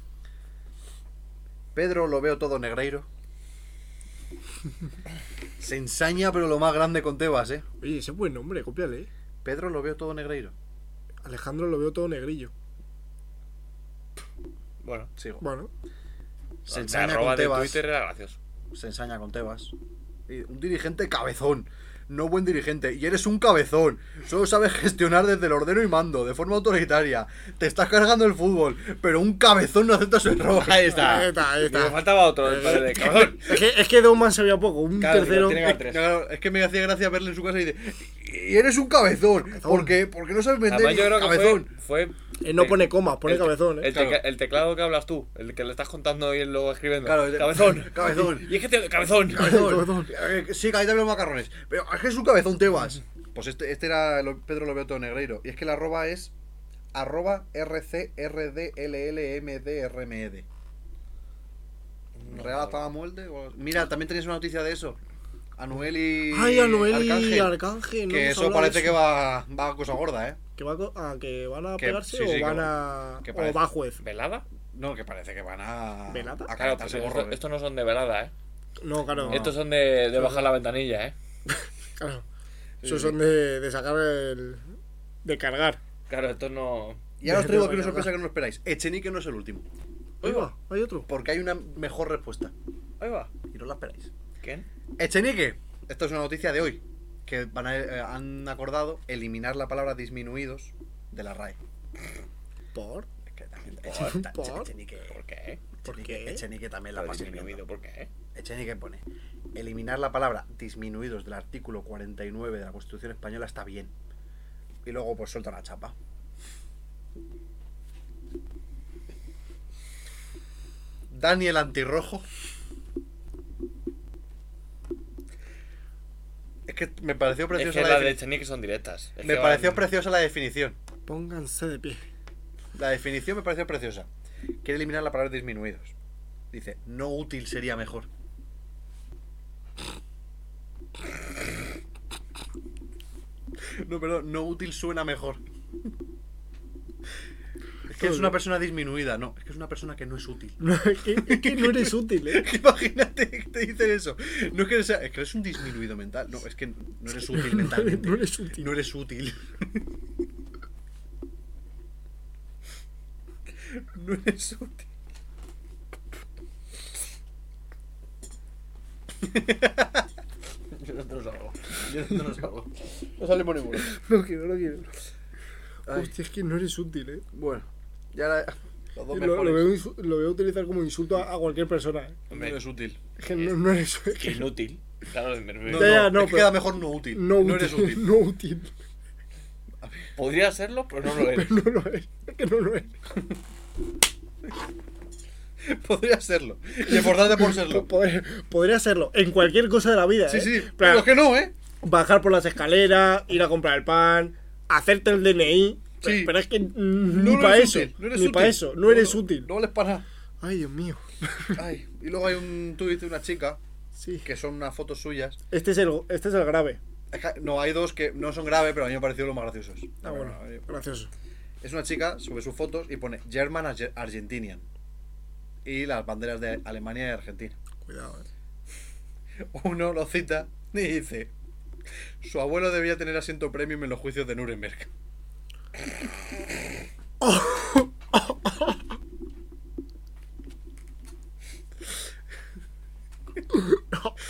Pedro lo veo todo negreiro. Se ensaña pero lo más grande con Tebas, eh. Oye, ese es buen nombre, cópiale. eh. Pedro lo veo todo negreiro. Alejandro lo veo todo negrillo. bueno, Sigo. Bueno, Se la ensaña arroba con de Tebas. Twitter era gracioso. Se ensaña con Tebas. Y un dirigente cabezón. No buen dirigente. Y eres un cabezón. Solo sabes gestionar desde el ordeno y mando, de forma autoritaria. Te estás cargando el fútbol. Pero un cabezón no acepta su error. Ahí está. Ahí está, ahí está. Y me faltaba otro, el padre de cabrón. es que, es que de un man se veía poco. Un Claro, tercero. tiene que haber tres. Claro, es que me hacía gracia verle en su casa y dice, y eres un cabezón. ¿Por qué? Porque no sabes vender. Además, yo creo que cabezón. fue. fue Él no pone comas, pone el te- cabezón, eh. El, Claro. tecla- el teclado que hablas tú, el que le estás contando y él luego escribiendo. Claro, el- cabezón. cabezón. Y es que te, cabezón. Cabezón. Eh, Sí, que ahí también los macarrones. Pero es que es un cabezón Tebas. Pues este, este era lo- Pedro lo veo todo negreiro. Y es que la arroba es arroba rcrdllmmdrmed. Real hasta muerte. o- Mira, también tenéis una noticia de eso. Anuel y. Ay, Anuel y Arcángel. Arcángel. no Que hemos eso hablado de parece que va, va a cosa gorda, ¿eh? ¿Que, va a co- ah, ¿Que van a Que- pegarse sí, sí, o que van va- a. que o parece. va a juez? ¿Velada? No, que parece que van a. ¿Velada? A Claro, calentarse pero gorro, esto- ¿eh? estos no son de velada, ¿eh? No, claro. Estos son de, de bajar la ventanilla, ¿eh? Claro. Sí, Esos sí. son de, de sacar el. de cargar. Claro, estos no. Y ahora os traigo aquí una Venga, sorpresa que no esperáis. Echenique no es el último. Ahí va, hay otro. Porque hay una mejor respuesta. Ahí va. Y no la esperáis. ¿Quién? Echenique. Esto es una noticia de hoy. Que van a- eh, han acordado eliminar la palabra disminuidos de la R A E. ¿Por? Es que también- ¿Por? Eche- ta- ¿Por? Echenique. ¿Por qué? ¿Por Echenique- qué? Echenique también la Lo pasa disminuido, ¿por qué? Echenique pone: eliminar la palabra disminuidos del artículo cuarenta y nueve de la Constitución Española está bien. Y luego pues suelta la chapa. Daniel Antirrojo. Es que me pareció Es preciosa que la las de definición. Chenique son directas. Es Me que pareció van- preciosa la definición. Pónganse de pie. La definición me pareció preciosa. Quiere eliminar la palabra disminuidos. Dice, no útil sería mejor. No, perdón, no útil suena mejor. Es que es una persona disminuida, no. Es que es una persona que no es útil. No, es, que, es que no eres útil, ¿eh? Imagínate que te dicen eso. No es que, sea, es que eres un disminuido mental. No, es que no eres útil mentalmente. No eres útil. No eres útil. No eres útil. Yo no te lo salgo. Yo no te lo salgo. No salimos ninguno. No quiero, no quiero. Ay. Hostia, es que no eres útil, ¿eh? Bueno, ya ahora los dos Lo, lo mejores. veo, insu- lo veo utilizar como insulto a, a cualquier persona, ¿eh? No eres útil. Es que no, no eres Que inútil. Claro, me- me- No, Ya, ya, no, no, es que pero- queda mejor no útil. no, No, útil, eres útil. No útil. Podría serlo, pero no lo eres. No lo es. Es que no lo es. Podría serlo. Y esforzarte por serlo. Poder- podría serlo en cualquier cosa de la vida, Sí, ¿eh? sí. Plan, Pero es que no, ¿eh? bajar por las escaleras, ir a comprar el pan, hacerte el D N I. Sí. Pero, pero es que mm, No, ni no para eres eso. útil, no eres ni útil. para eso. No eres útil. No vales para nada. Ay, Dios mío. Ay. Y luego hay un tuit de una chica Sí. que son unas fotos suyas. Este es el, este es el grave. Es que- No, hay dos que no son graves, pero a mí me han parecido los más graciosos. Ah, bueno. eh, Gracioso. Es una chica, sube sus fotos y pone German Arge- Argentinian. Y las banderas de Alemania y Argentina. Cuidado, eh. Uno lo cita y dice: su abuelo debía tener asiento premium en los juicios de Nuremberg.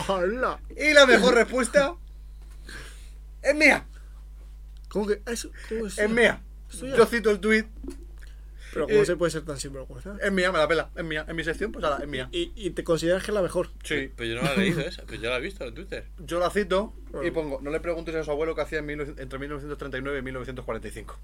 ¡Hala! Y la mejor respuesta es mía. ¿Cómo que eso? ¿Cómo es? Es mía. Suya. Yo cito el tuit. Pero ¿cómo Eh, se puede ser tan sinvergüenza? Es mía, me la pela. Es mía. En mi sección, pues ahora, es mía. ¿Y, y te consideras que es la mejor? Sí. Pero yo no la he leído esa, pero yo la he visto en Twitter. Yo la cito y Bueno. pongo, no le preguntes a su abuelo qué hacía en mil novecientos entre mil novecientos treinta y nueve y mil novecientos cuarenta y cinco.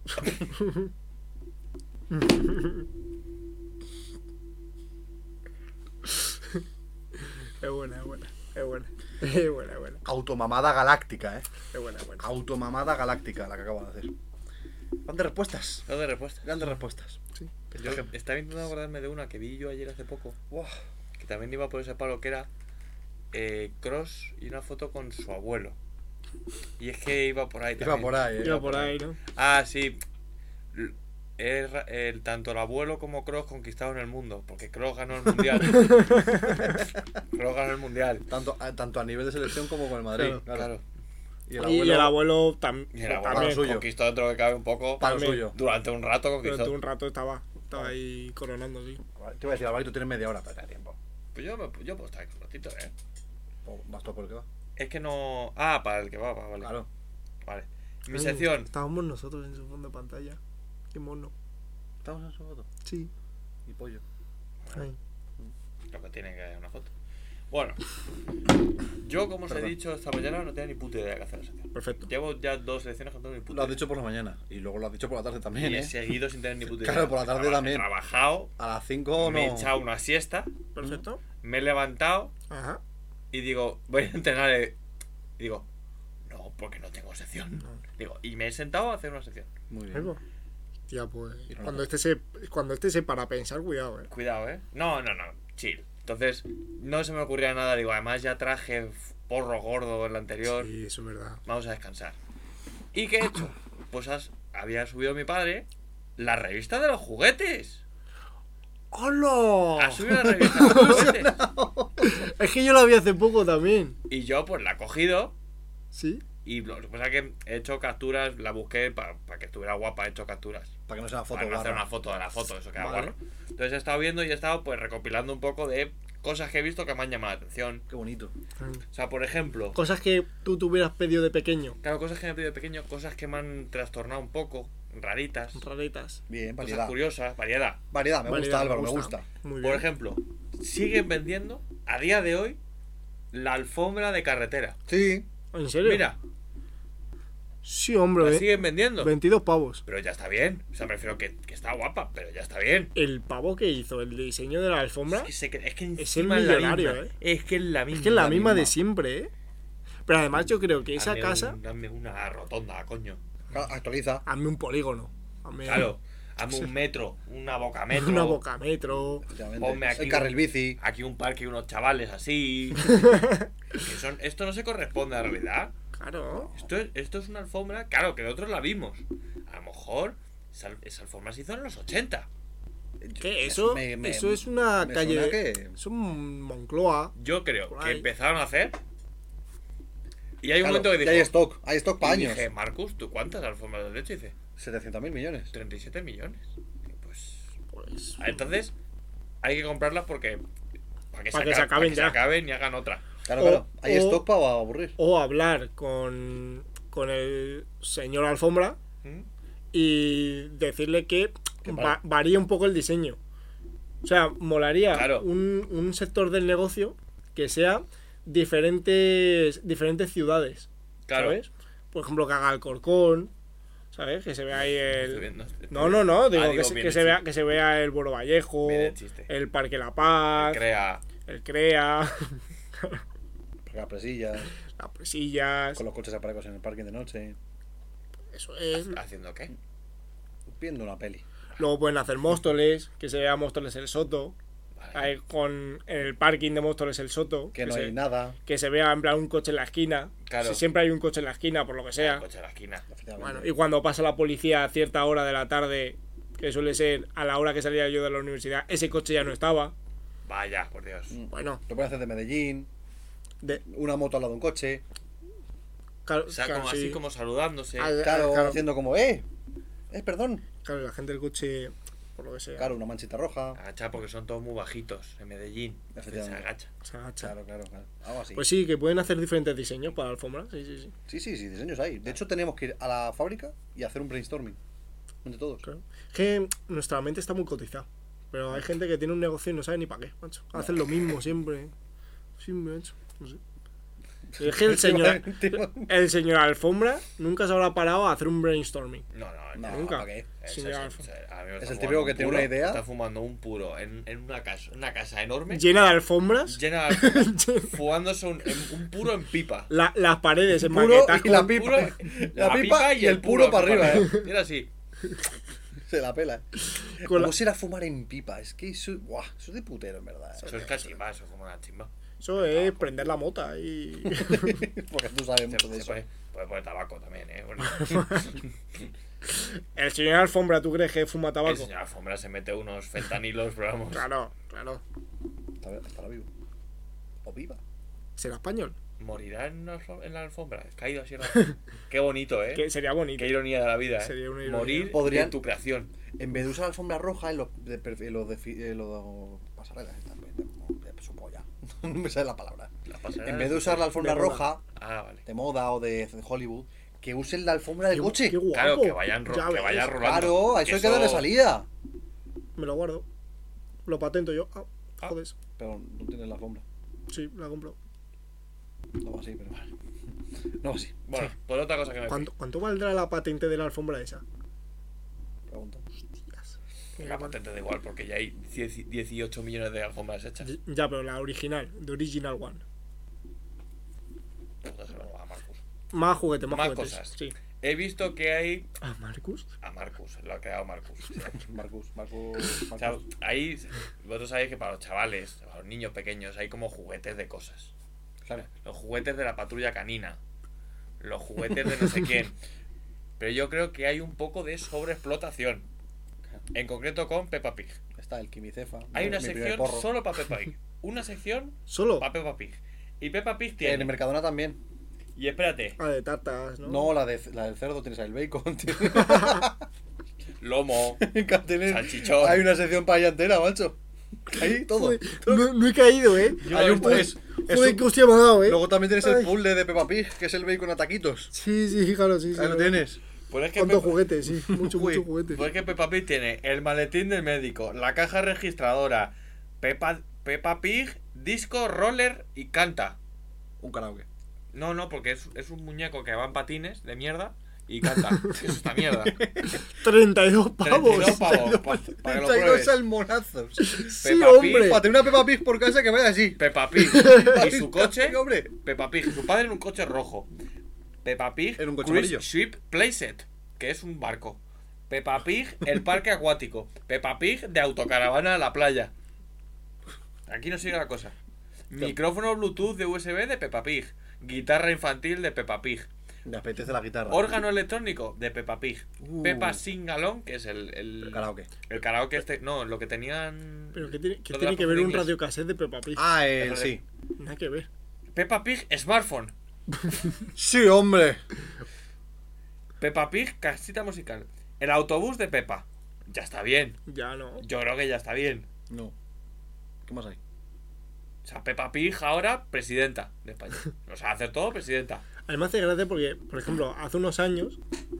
Es buena, es buena. Es buena. Es buena, es buena. Automamada galáctica, eh. Es buena, es buena. Automamada galáctica la que acabo de hacer. Grandes respuestas. No de respuesta. Grandes respuestas. Sí. Yo estaba intentando acordarme de una que vi yo ayer hace poco, Buah. que también iba por ese palo, que era eh, Cross y una foto con su abuelo. Y es que iba por ahí Iba también. por ahí, eh. Yo por ahí, ¿no? Ah, sí. L- es ra- el, tanto el abuelo como Kroos conquistaron el mundo, porque Kroos ganó el mundial. Kroos ganó el mundial. Tanto, a, tanto a nivel de selección como con el Madrid. Claro. Claro. Claro. Y el Y abuelo, el abuelo tam- Y el abuelo también. suyo. conquistó dentro de que cabe un poco. para lo también. suyo. Durante un rato conquistó. Durante un rato estaba, estaba ahí coronando, sí. Te iba a decir, Alvarito, tienes media hora para tener tiempo. Pues yo, me, yo puedo estar aquí un ratito, ¿eh? O vas todo por el que va. Es que no. Ah, para el que va, va, vale. Claro. Vale. Mi Ay, sección. Estábamos nosotros en su fondo de pantalla. Qué mono. Estamos en su foto. Sí. Y pollo. Ay. Lo que tiene que haber una foto. Bueno, yo, como os he Perdón. dicho esta mañana, no tenía ni puta idea de qué hacer la sección. Perfecto. Llevo ya dos lecciones que no tengo ni puta Lo has idea. dicho por la mañana. Y luego lo has dicho por la tarde también, Y he ¿eh? seguido sin tener ni puta idea. Claro, por la tarde Traba- también. He trabajado, A las cinco no. me he echado una siesta, Perfecto. me he levantado Ajá. y digo, voy a entrenar. eh, Y digo, no, porque no tengo sección. No. Digo, y me he sentado a hacer una sección. Muy bien. Algo. Tía, pues. Y no Cuando lo- este se. Cuando este se para pensar, cuidado, eh. Cuidado, ¿eh? No, no, no, chill. Entonces, no se me ocurría nada. Digo, además ya traje porro gordo en la anterior. Sí, eso es verdad. Vamos a descansar. ¿Y qué he hecho? Pues has- había subido mi padre la revista de los juguetes. ¡Hola! Ha subido la revista de los juguetes. Es que yo la vi hace poco también. Y yo, pues la he cogido. ¿Sí? Y lo que pasa es que he hecho capturas, la busqué para que estuviera guapa, he hecho capturas. Para que no sea foto Para no hacer guarra. una foto de la foto, eso queda Vale. guarro. Entonces he estado viendo y he estado pues recopilando un poco de cosas que he visto que me han llamado la atención. Qué bonito. O sea, por ejemplo, Cosas que tú te hubieras pedido de pequeño. claro, cosas que me he pedido de pequeño, cosas que me han trastornado un poco, raritas, Raritas. Bien, cosas variedad. curiosas, variedad. Variedad, me Variedad, gusta, Álvaro, me gusta. Muy bien. Por ejemplo, siguen vendiendo a día de hoy la alfombra de carretera. Sí. ¿En serio? Mira, Sí, hombre. la ve- siguen vendiendo. veintidós pavos. Pero ya está bien. O sea, me refiero que, que está guapa, pero ya está bien. El pavo que hizo el diseño de la alfombra. Es que, se cre- es que el encima es la millonario, misma. ¿eh? Es que es la misma. Es que es la, la misma, de misma. siempre, ¿eh? Pero además yo creo que esa Dame casa. un- dame una rotonda, coño. Claro, actualiza. Hazme un polígono. Hazme Claro, hazme un metro, una boca metro. una boca metro. Efectivamente. Ponme aquí El carril un- bici. Aquí un parque y unos chavales así. Que son, esto no se corresponde a la realidad. Claro. Esto es, esto es una alfombra, claro, que nosotros la vimos. A lo mejor esa, esa alfombra se hizo en los ochenta. ¿Qué? Eso, Me- me- eso es una me calle. suena que- Es un Moncloa. Yo creo Por que ahí. empezaron a hacer. Y hay un Claro, momento que ya dijo. hay stock. Hay stock para y años. dije, Marcus, ¿tú cuántas alfombras has hecho? Y dice, setecientos mil millones. treinta y siete millones. Y pues. Pues. Entonces, hay que comprarlas porque. Para que, Para se, que se acaben, acaben para que ya. se acaben y hagan otra. Claro, O- claro. Hay o- stock para aburrir. O hablar con, con el señor alfombra ¿Mm? y decirle que Que va- para- varía un poco el diseño. O sea, molaría Claro. un, un sector del negocio que sea diferentes diferentes ciudades. Claro. ¿Sabes? Por ejemplo, que haga Alcorcón, ¿sabes? Que se vea ahí Estoy el. viendo, estoy No, no, no, digo, Ah, que, digo, se, bien que el se vea chiste. que se vea el Boro Vallejo, Bien el chiste. el Parque La Paz, Crea. el CREA, Las presillas. las presillas. Con los coches aparcados en el parking de noche. Eso es. ¿Haciendo qué? Viendo una peli. Luego pueden hacer Móstoles, que se vea Móstoles el Soto. Vale. Ahí con en el parking de Móstoles el Soto. Que no se, hay nada. que se vea en plan un coche en la esquina. Claro. Si siempre hay un coche en la esquina, por lo que El sea. coche de la esquina. Efectivamente. Bueno, y cuando pasa la policía a cierta hora de la tarde, que suele ser a la hora que salía yo de la universidad, ese coche ya no estaba. Vaya, por Dios. Mm. Bueno, Lo pueden hacer de Medellín. de, Una moto al lado de un coche. claro, O sea, claro, como sí. así como saludándose. Al- Claro, claro. haciendo como, ¡eh! ¡Eh, perdón! Claro, la gente del coche por lo que sea. Claro, una manchita roja. Agacha porque son todos muy bajitos en Medellín. Se Efectivamente. agacha. Se agacha. Claro, claro, claro. Algo así. Pues sí, que pueden hacer diferentes diseños para la alfombra. Sí, sí, sí. Sí, sí, sí, diseños hay. De hecho, teníamos que ir a la fábrica y hacer un brainstorming. Entre todos. Claro. Es que nuestra mente está muy cotizada. Pero hay gente que tiene un negocio y no sabe ni para qué, macho. Hacen lo mismo siempre. Siempre, macho. No sé. Es que el señor, el señor Alfombra nunca se habrá parado a hacer un brainstorming. No, no, No, Nunca. ¿para qué? Eso Señor es- Alfombra. o sea, a mí me Es está el fumando típico que un tiene una puro, idea. Está fumando un puro en, en una casa, una casa enorme. Llena de alfombras. Llena de alfombras, fumándose un, en- un puro en pipa. La- las paredes en Puro maquetas y la con- pipa. Puro- La pipa y el puro para arriba, eh. Era así. Se la pela. con ¿Cómo la- será fumar en pipa? Es que eso, buah, eso es de putero, en verdad. Eso es cachimba, eso es como una chimba. Eso es prender la mota y... Porque tú sabes Se, mucho de se eso. puede, puede poner tabaco también, ¿eh? Bueno, El señor Alfombra, ¿tú crees que fuma el tabaco? señor Alfombra se mete unos fentanilos, pero vamos. Claro, claro. Estará, estará vivo. O viva. ¿Será español? Morirá en, una alfo- en la alfombra. Caído así en la... Qué bonito, ¿eh? Que sería bonito. Qué ironía de la vida, ¿eh? Sería una ironía. Morir Podrían- en tu creación. En vez de usar alfombra roja en los de, perf- en los de, fi- en los de pasarelas, también, de, de su polla. No me sale la palabra. La pasarela En vez de usar la alfombra De moda. roja Ah, vale. de moda o de, de Hollywood, que usen la alfombra del Qué- coche. qué guapo. Claro, que vayan, ro- Ya que ves. vayan rolando. Claro, a eso Que hay que darle salida. Me lo guardo. Lo patento yo. Ah, Ah. joder. Pero no tienes la alfombra. Sí, la compro. No va así, pero. No va así. Bueno, pues otra cosa que me... ¿Cuánto, ¿Cuánto valdrá la patente de la alfombra esa? Pregunta. Hostias. La patente da igual, porque ya hay diez- dieciocho millones de alfombras hechas. Ya, pero la original, the original one. Póngaselo a Marcus. Más juguetes, más, Más juguetes. cosas. Sí. He visto que hay... ¿A Marcus? A Marcus, lo ha creado Marcus. O sea, Marcus, Marcus. o sea, Marcus. ahí... Vosotros sabéis que para los chavales, para los niños pequeños, hay como juguetes de cosas. Claro. Los juguetes de la patrulla canina. Los juguetes de no sé quién. Pero yo creo que hay un poco de sobreexplotación. En concreto con Peppa Pig. Está el quimicefa. Hay una mi primer sección porro. solo para Peppa Pig. Una sección ¿Solo? para Peppa Pig. Y Peppa Pig En tiene... el Mercadona también. Y espérate. Ah, de tartas, ¿no? No, la, de, la del cerdo tienes ahí el bacon. tienes- Lomo. tienes- Salchichón. Hay una sección para ella entera, macho. Ahí todo. Joder, no, no he caído, ¿eh? Yo Hay no un lo he pues, puesto. es Joder, un- qué hostia me ha dado, ¿eh? Luego también tienes el Ay. puzzle de Peppa Pig, que es el bacon a taquitos. Sí, sí, claro, sí, sí. Ahí lo tienes. Pues es que ¿Cuántos Peppa- juguetes? Sí, muchos, Uy, muchos juguetes. Pues es que Peppa Pig tiene el maletín del médico, la caja registradora, Peppa, Peppa Pig, disco, roller y canta. Un karaoke. No, no, porque es, es un muñeco que va en patines de mierda y canta. Eso está mierda. treinta y dos treinta y pavos. dos pavos, pa- para que lo treinta y dos pruebes. salmonazos. Sí, Peppa Pig, hombre. Para tener una Peppa Pig por casa que vaya así. Peppa Pig y su coche, Sí, hombre. Peppa Pig, su padre en un coche rojo. Peppa Pig, En un coche Cruise amarillo. Ship Playset, que es un barco. Peppa Pig, el parque acuático. Peppa Pig de autocaravana a la playa. Aquí no sigue la cosa. Micrófono Bluetooth de U S B de Peppa Pig. Guitarra infantil de Peppa Pig. Me apetece la guitarra. Órgano electrónico de Peppa Pig. Uh. Peppa Sing Along, que es el, el, El karaoke. el karaoke este. No, lo que tenían. Pero que tiene que, Lo de tiene la que ver profe de un inglés. radiocassette de Peppa Pig. Ah, eh, Eso de- sí. Nada que ver. Peppa Pig Smartphone. Sí, hombre. Peppa Pig casita musical. El autobús de Peppa. Ya está bien. Ya no. Yo creo que ya está bien. No. ¿Qué más hay? O sea, Peppa Pig ahora presidenta de España. O sea, hacer todo presidenta. Además hace gracia porque, por ejemplo, hace unos años.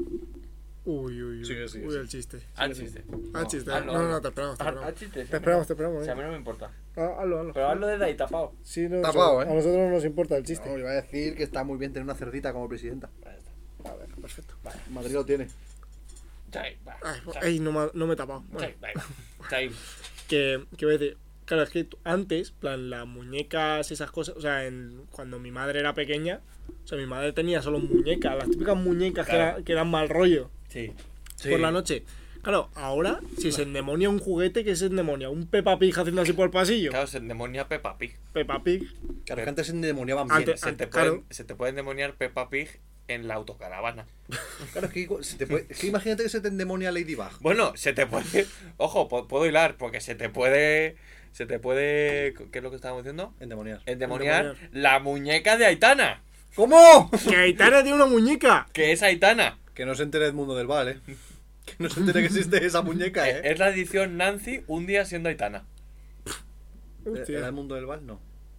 Uy, uy, uy. Sigue, sigue, uy, sigue. el chiste. Haz chiste. Ah, chiste. hazlo, No, no, hazlo. no, te esperamos, te Haz- esperamos. haz chiste, Te esperamos, te esperamos. O sea, a ¿eh? mí no me importa. Ah, hazlo, hazlo. Pero hazlo desde ahí tapado. Sí, no, Tapado, o sea, ¿eh? A nosotros no nos importa el chiste. No, iba a decir que está muy bien tener una cerdita como presidenta. Ahí está. A ver, perfecto. Madrid lo tiene. Chai, va. Ay, Chai, ay, no, me- no me he tapado. Bueno, chai, venga. Chai. que, que voy a decir. Claro, es que tú- antes, plan, las muñecas, esas cosas, o sea, en, cuando mi madre era pequeña, o sea, mi madre tenía solo muñecas, las típicas muñecas que, Claro. era- que eran mal rollo Sí. por la noche. Claro, ahora, si se endemonia un juguete, ¿qué se endemonia? Un Peppa Pig haciendo así por el pasillo. Claro, se endemonia Peppa Pig. Peppa Pig. Claro, que antes se endemoniaban bien. Antes- Se te, claro. puede, se te puede endemoniar Peppa Pig en la autocaravana. Claro, es que, igual- se te puede- es que imagínate que se te endemonia Ladybug. Bueno, se te puede. Ojo, po- puedo hilar, porque se te puede. Se te puede. ¿Qué es lo que estábamos diciendo? Endemoniar. Endemoniar, Endemoniar. la muñeca de Aitana. ¿Cómo? ¡Que Aitana tiene una muñeca! Que es Aitana. Que no se entere Edmundo del Val, ¿eh? Que no se entere que existe esa muñeca, Eh, ¿eh? Es la edición Nancy un día siendo Aitana. Hostia. ¿Era el mundo del Val? No.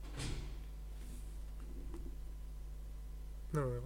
No, no.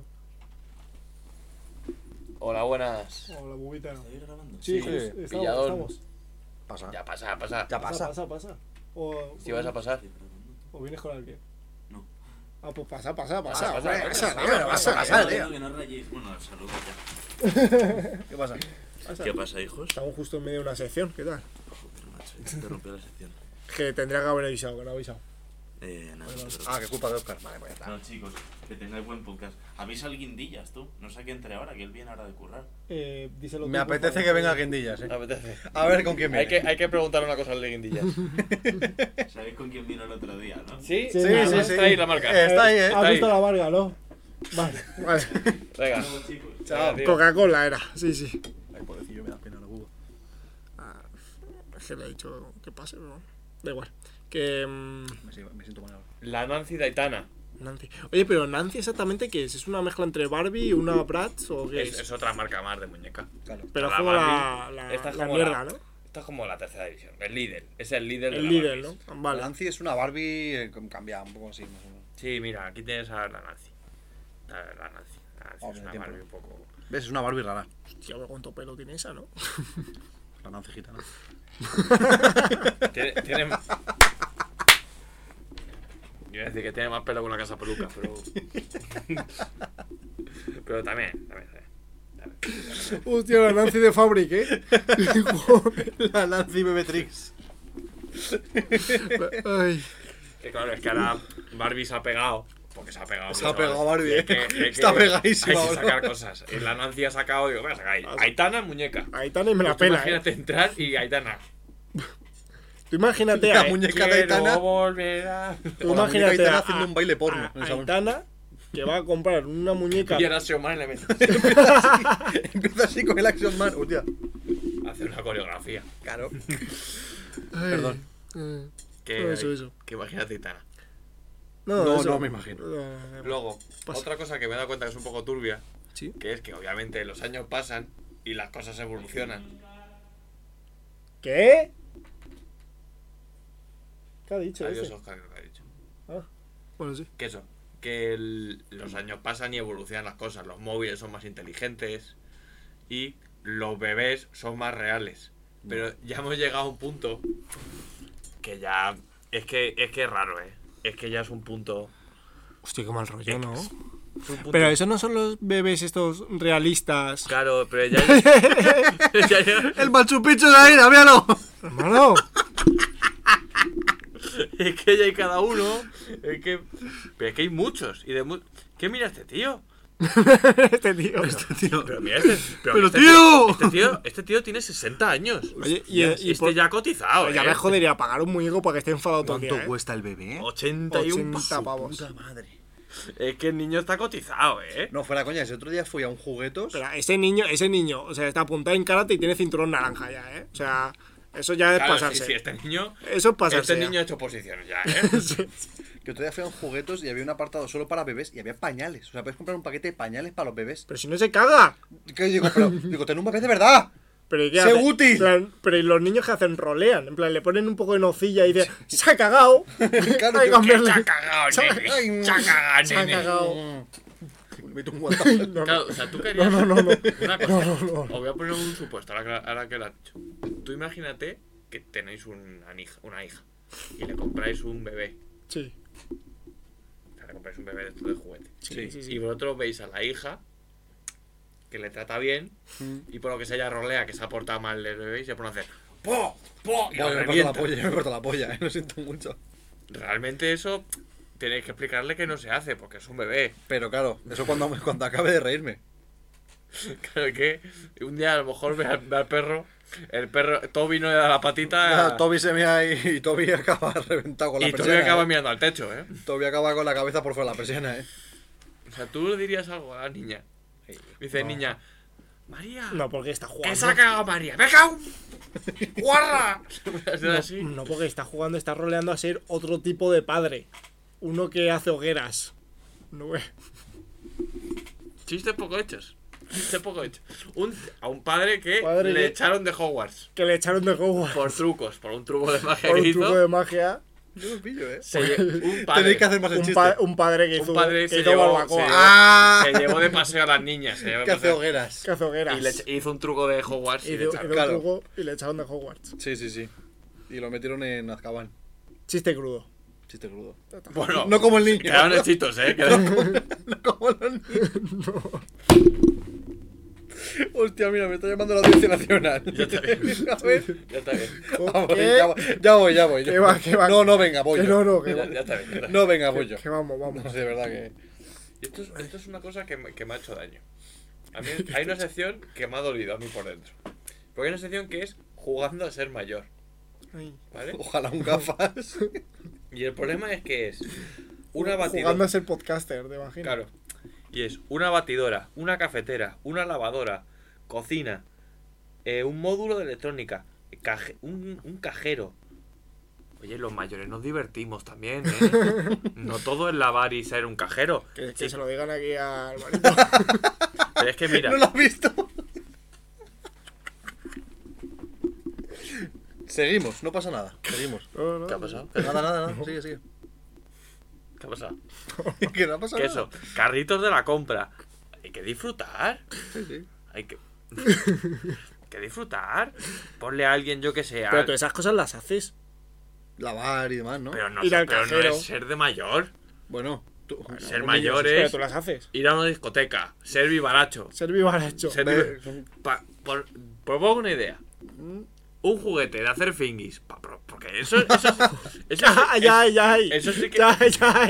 Hola, buenas. Hola, bubita. ¿Estáis grabando? Sí, Sí, justo, estamos, pilladón. estamos. Pasa. Ya pasa, pasa. Ya Pasa, pasa. pasa, pasa. O, Si vas a pasar. Estoy grabando. o vienes con alguien. No. Ah, pues pasa, pasa, pasa. pasa, hombre, pasa, pasa, pasa, tío, pasa, pasa, pasa, tío. tío. Que no rayéis. Bueno, saludos ya. ¿Qué pasa? Pasa. ¿Qué pasa, hijos? Estamos justo en medio de una sección, ¿qué tal? Joder, macho, interrumpió la sección. Que tendría que haber avisado, que no ha avisado. Eh, nada, no, te Ah, preocupes. que culpa de Oscar. Vale, pues ya está. No, chicos, que tengáis buen podcast. Avisa al Guindillas, tú. No sé a qué entre ahora, que él viene ahora de currar. Eh, díselo Me tú, por apetece favor. que venga Guindillas, Me eh. apetece. A ver con quién Hay viene. que, hay que preguntarle una cosa al de Guindillas. ¿Sabéis con quién vino el otro día, no? ¿Sí? Sí, Sí, sí, sí, sí. sí. Está ahí la marca. Eh, Está ahí, eh. ¿Has Está visto ahí. la varga, no? Vale, vale. Venga. Luego, chicos. Chao. Venga, tío. Coca-Cola era, sí, sí. Ay, pobrecillo, me da pena el Hugo. Ah, es que le he dicho que pase, pero da igual. Que. mm, Me, siento- me siento mal ahora. La Nancy de Aitana. Nancy. Oye, pero Nancy exactamente qué es? ¿Es una mezcla entre Barbie y una Bratz o qué Es, es? es otra marca más de muñeca. Claro. Pero es la como la, Barbie, la, esta es la como mierda, la- ¿no? Esto es como la tercera división. El líder. Es el líder de El la líder, Barbies. ¿no? Vale. Nancy es una Barbie eh, cambiada, un poco así, más o menos. Sí, mira, aquí tienes a la Nancy. La, la Nancy. La Nancy Oh, es me una tiempo. Barbie un poco. ¿Ves? Es una Barbie rara. Hostia, ¿cuánto pelo tiene esa, no? La Nancy gitana. Tiene. tiene... Yo iba a decir que tiene más pelo que una casa peluca, pero. pero también, también, también. también. Hostia, la Nancy de Fabric, ¿eh? Joder. La Nancy Bebetrix. Ay. Que claro, es que ahora Barbie se ha pegado. Porque se ha pegado. Se ha mucho, pegado ¿vale? Barbie, Y hay eh. que- hay que- Está pegadísima, Hay que bro. sacar cosas. Y la Nancy ha sacado, digo, voy a sacar ahí. Aitana, muñeca. Aitana y me la Pues tú pela, ¿eh? imagínate entrar y Aitana. Tú imagínate La a, muñeca de Quiero Aitana. volver a. tú o la muñeca imagínate Aitana a, haciendo un baile porno a- en el a salón. Aitana que va a comprar una muñeca. Y ahora Xiomara y le mete. Empieza así con el Action Man. Hostia. Hace una coreografía. Claro. Ay. Perdón. Eh, Que, No, eso, eso. que imagínate Aitana. No, No, eso- no me imagino. Eh, Luego, Pasa. otra cosa que me he dado cuenta que es un poco turbia, Sí. que es que obviamente los años pasan y las cosas evolucionan. ¿Qué? ¿Qué ha dicho Adiós, ese? Oscar, creo que ha dicho. Ah, bueno, sí. Que eso, que el- los años pasan y evolucionan las cosas. Los móviles son más inteligentes y los bebés son más reales. Pero ya hemos llegado a un punto que ya es que es que es raro, eh. Es que ya es un punto. Hostia, qué mal rollo, ¿no? es un punto- Pero eso no son los bebés estos realistas. Claro, pero ya, ya, ya- El Machu Picchu de ahí, míralo. Hermano. es que ya hay cada uno. Es que, pero es que hay muchos. Y de mu- ¿Qué mira este tío? este tío. Tío. Pero mira este. Pero, Pero, este tío. Este tío, este tío tiene sesenta años. Oye, y, y, y este por- ya ha cotizado, ya eh. me jodería pagar un muñeco para que esté enfadado todo el ¿Cuánto día, ¿eh? cuesta el bebé? ochenta y uno ochenta pavos. Puta madre. Es que el niño está cotizado, eh. No, fuera coña, ese otro día fui a un juguetos. Pero ese niño, ese niño, o sea, está apuntado en karate y tiene cinturón naranja ya, ¿eh? O sea, eso ya es Claro, pasarse. sí, sí, este niño. Eso es pasarse. Este ya. niño ha hecho posiciones ya, eh. Sí. Que otro día fui a un juguetos y había un apartado solo para bebés y había pañales. O sea, puedes comprar un paquete de pañales para los bebés. Pero si no se caga. ¿Qué digo? Pero, digo, ten un bebé de verdad. Pero ¿y qué ¡Sé hace? útil! En plan, pero ¿y los niños que hacen? Rolean. En plan, le ponen un poco de nocilla y dicen, ¡se ha cagado! Claro, Hay que yo- cambiarle. Se ha cagado, Se ha- nene. Ay, Se ha cagado, Se ha nene. cagado. Me meto un guantazo. No, Claro, o sea, tú querías. no, no, no. Una cosa. No, no, no. Os voy a poner un supuesto, ahora que, ahora que lo has dicho. Tú imagínate que tenéis una hija, una hija y le compráis un bebé. Sí. O sea, le compráis un bebé de estos de juguete. Sí, sí, sí. Y vosotros veis a la hija que le trata bien y por lo que sea ella rolea que se ha portado mal el bebé y se pone a hacer ¡po! ¡po! Y lo Bueno, me corto la revienta. polla, me corto la polla, eh. Lo siento mucho. Realmente eso tenéis que explicarle que no se hace porque es un bebé. Pero claro, eso cuando, cuando acabe de reírme. Claro que un día a lo mejor ve al, ve al perro, el perro, Toby no le da la patita Ah, Toby se mea y, y Toby acaba reventado con la y Toby persiana. acaba eh. mirando al techo, ¿eh? Toby acaba con la cabeza por fuera de la persiana, eh. O sea, tú le dirías algo a la niña. Dice, No. niña, María, No, porque está ¿qué jugando. se ha cagado María? ¡Me cago! ¡Guarra! así. No, porque está jugando, está roleando a ser otro tipo de padre. Uno que hace hogueras. No, eh. Chistes poco hechos. Hace poco he hecho. Un, a un padre que Padre le que- echaron de Hogwarts. Que le echaron de Hogwarts Por trucos, por un truco de magia por que un hizo. truco de magia. Yo lo pillo, ¿eh? Se lle- un padre Tenéis que hacer más el Un, chiste. pa- un padre que Un hizo, padre que se hizo llevó- barbacoa. se llevó- ¡Ah! se llevó de paseo a las niñas. Se llevó de Que hace paseo. hogueras. Que hace hogueras. Y le echa- hizo un truco de Hogwarts y, Hizo- le hizo echaron. un Claro. truco y le echaron de Hogwarts. Sí, sí, sí. Y lo metieron en Azkaban. Chiste crudo. Chiste crudo. Bueno, No como el niño. quedaron hechitos, eh. Quedaron- No como los niños. Hostia, mira, me está llamando la Audiencia Nacional. Ya está bien. A ver. Ya está bien. Vamos, ¿Qué? ya, voy, ya voy, ya voy. Que va, que va. No, no, venga, voy Que yo. no, no, que Ya, va. ya está bien. ya está bien. No, venga, voy yo. Que vamos, vamos. No sé, de verdad que... Y Esto es, esto es una cosa que me, que me ha hecho daño. A mí hay una sección que me ha dolido a mí por dentro. Porque hay una sección que es jugando a ser mayor. Ay. ¿Vale? Ojalá un gafas. Y el problema es que es una batidora. Jugando a ser podcaster, te imaginas. Claro. Y es una batidora, una cafetera, una lavadora, cocina, eh, un módulo de electrónica, caje- un, un cajero. Oye, los mayores nos divertimos también, ¿eh? No todo es lavar y ser un cajero. Que, que Sí, se lo digan aquí al marito. pero es que mira, ¿No lo has visto? Seguimos, no pasa nada. Seguimos. No, no, ¿qué ha pasado? Nada, nada, nada. Sigue, sigue. ¿Qué ha pasado? Que no ha pasado ¿Qué nada. eso? Carritos de la compra. Hay que disfrutar. Sí, sí. Hay que... Hay que disfrutar. Ponle a alguien, yo que sé. Pero a- tú esas cosas las haces. Lavar y demás, ¿no? Pero no, Ir al pero no cajero. es ser de mayor. Bueno, tú... Ser un mayor niño- es- Pero tú las haces. Ir a una discoteca. Ser vivaracho. Ser vivaracho. Ser Ve- viva- pa- por, propongo una idea. Mm. Un juguete de hacer fingis. Pa- pro- porque eso, eso, eso, eso, Ya, ya, ya. eso sí que- Ya, ya.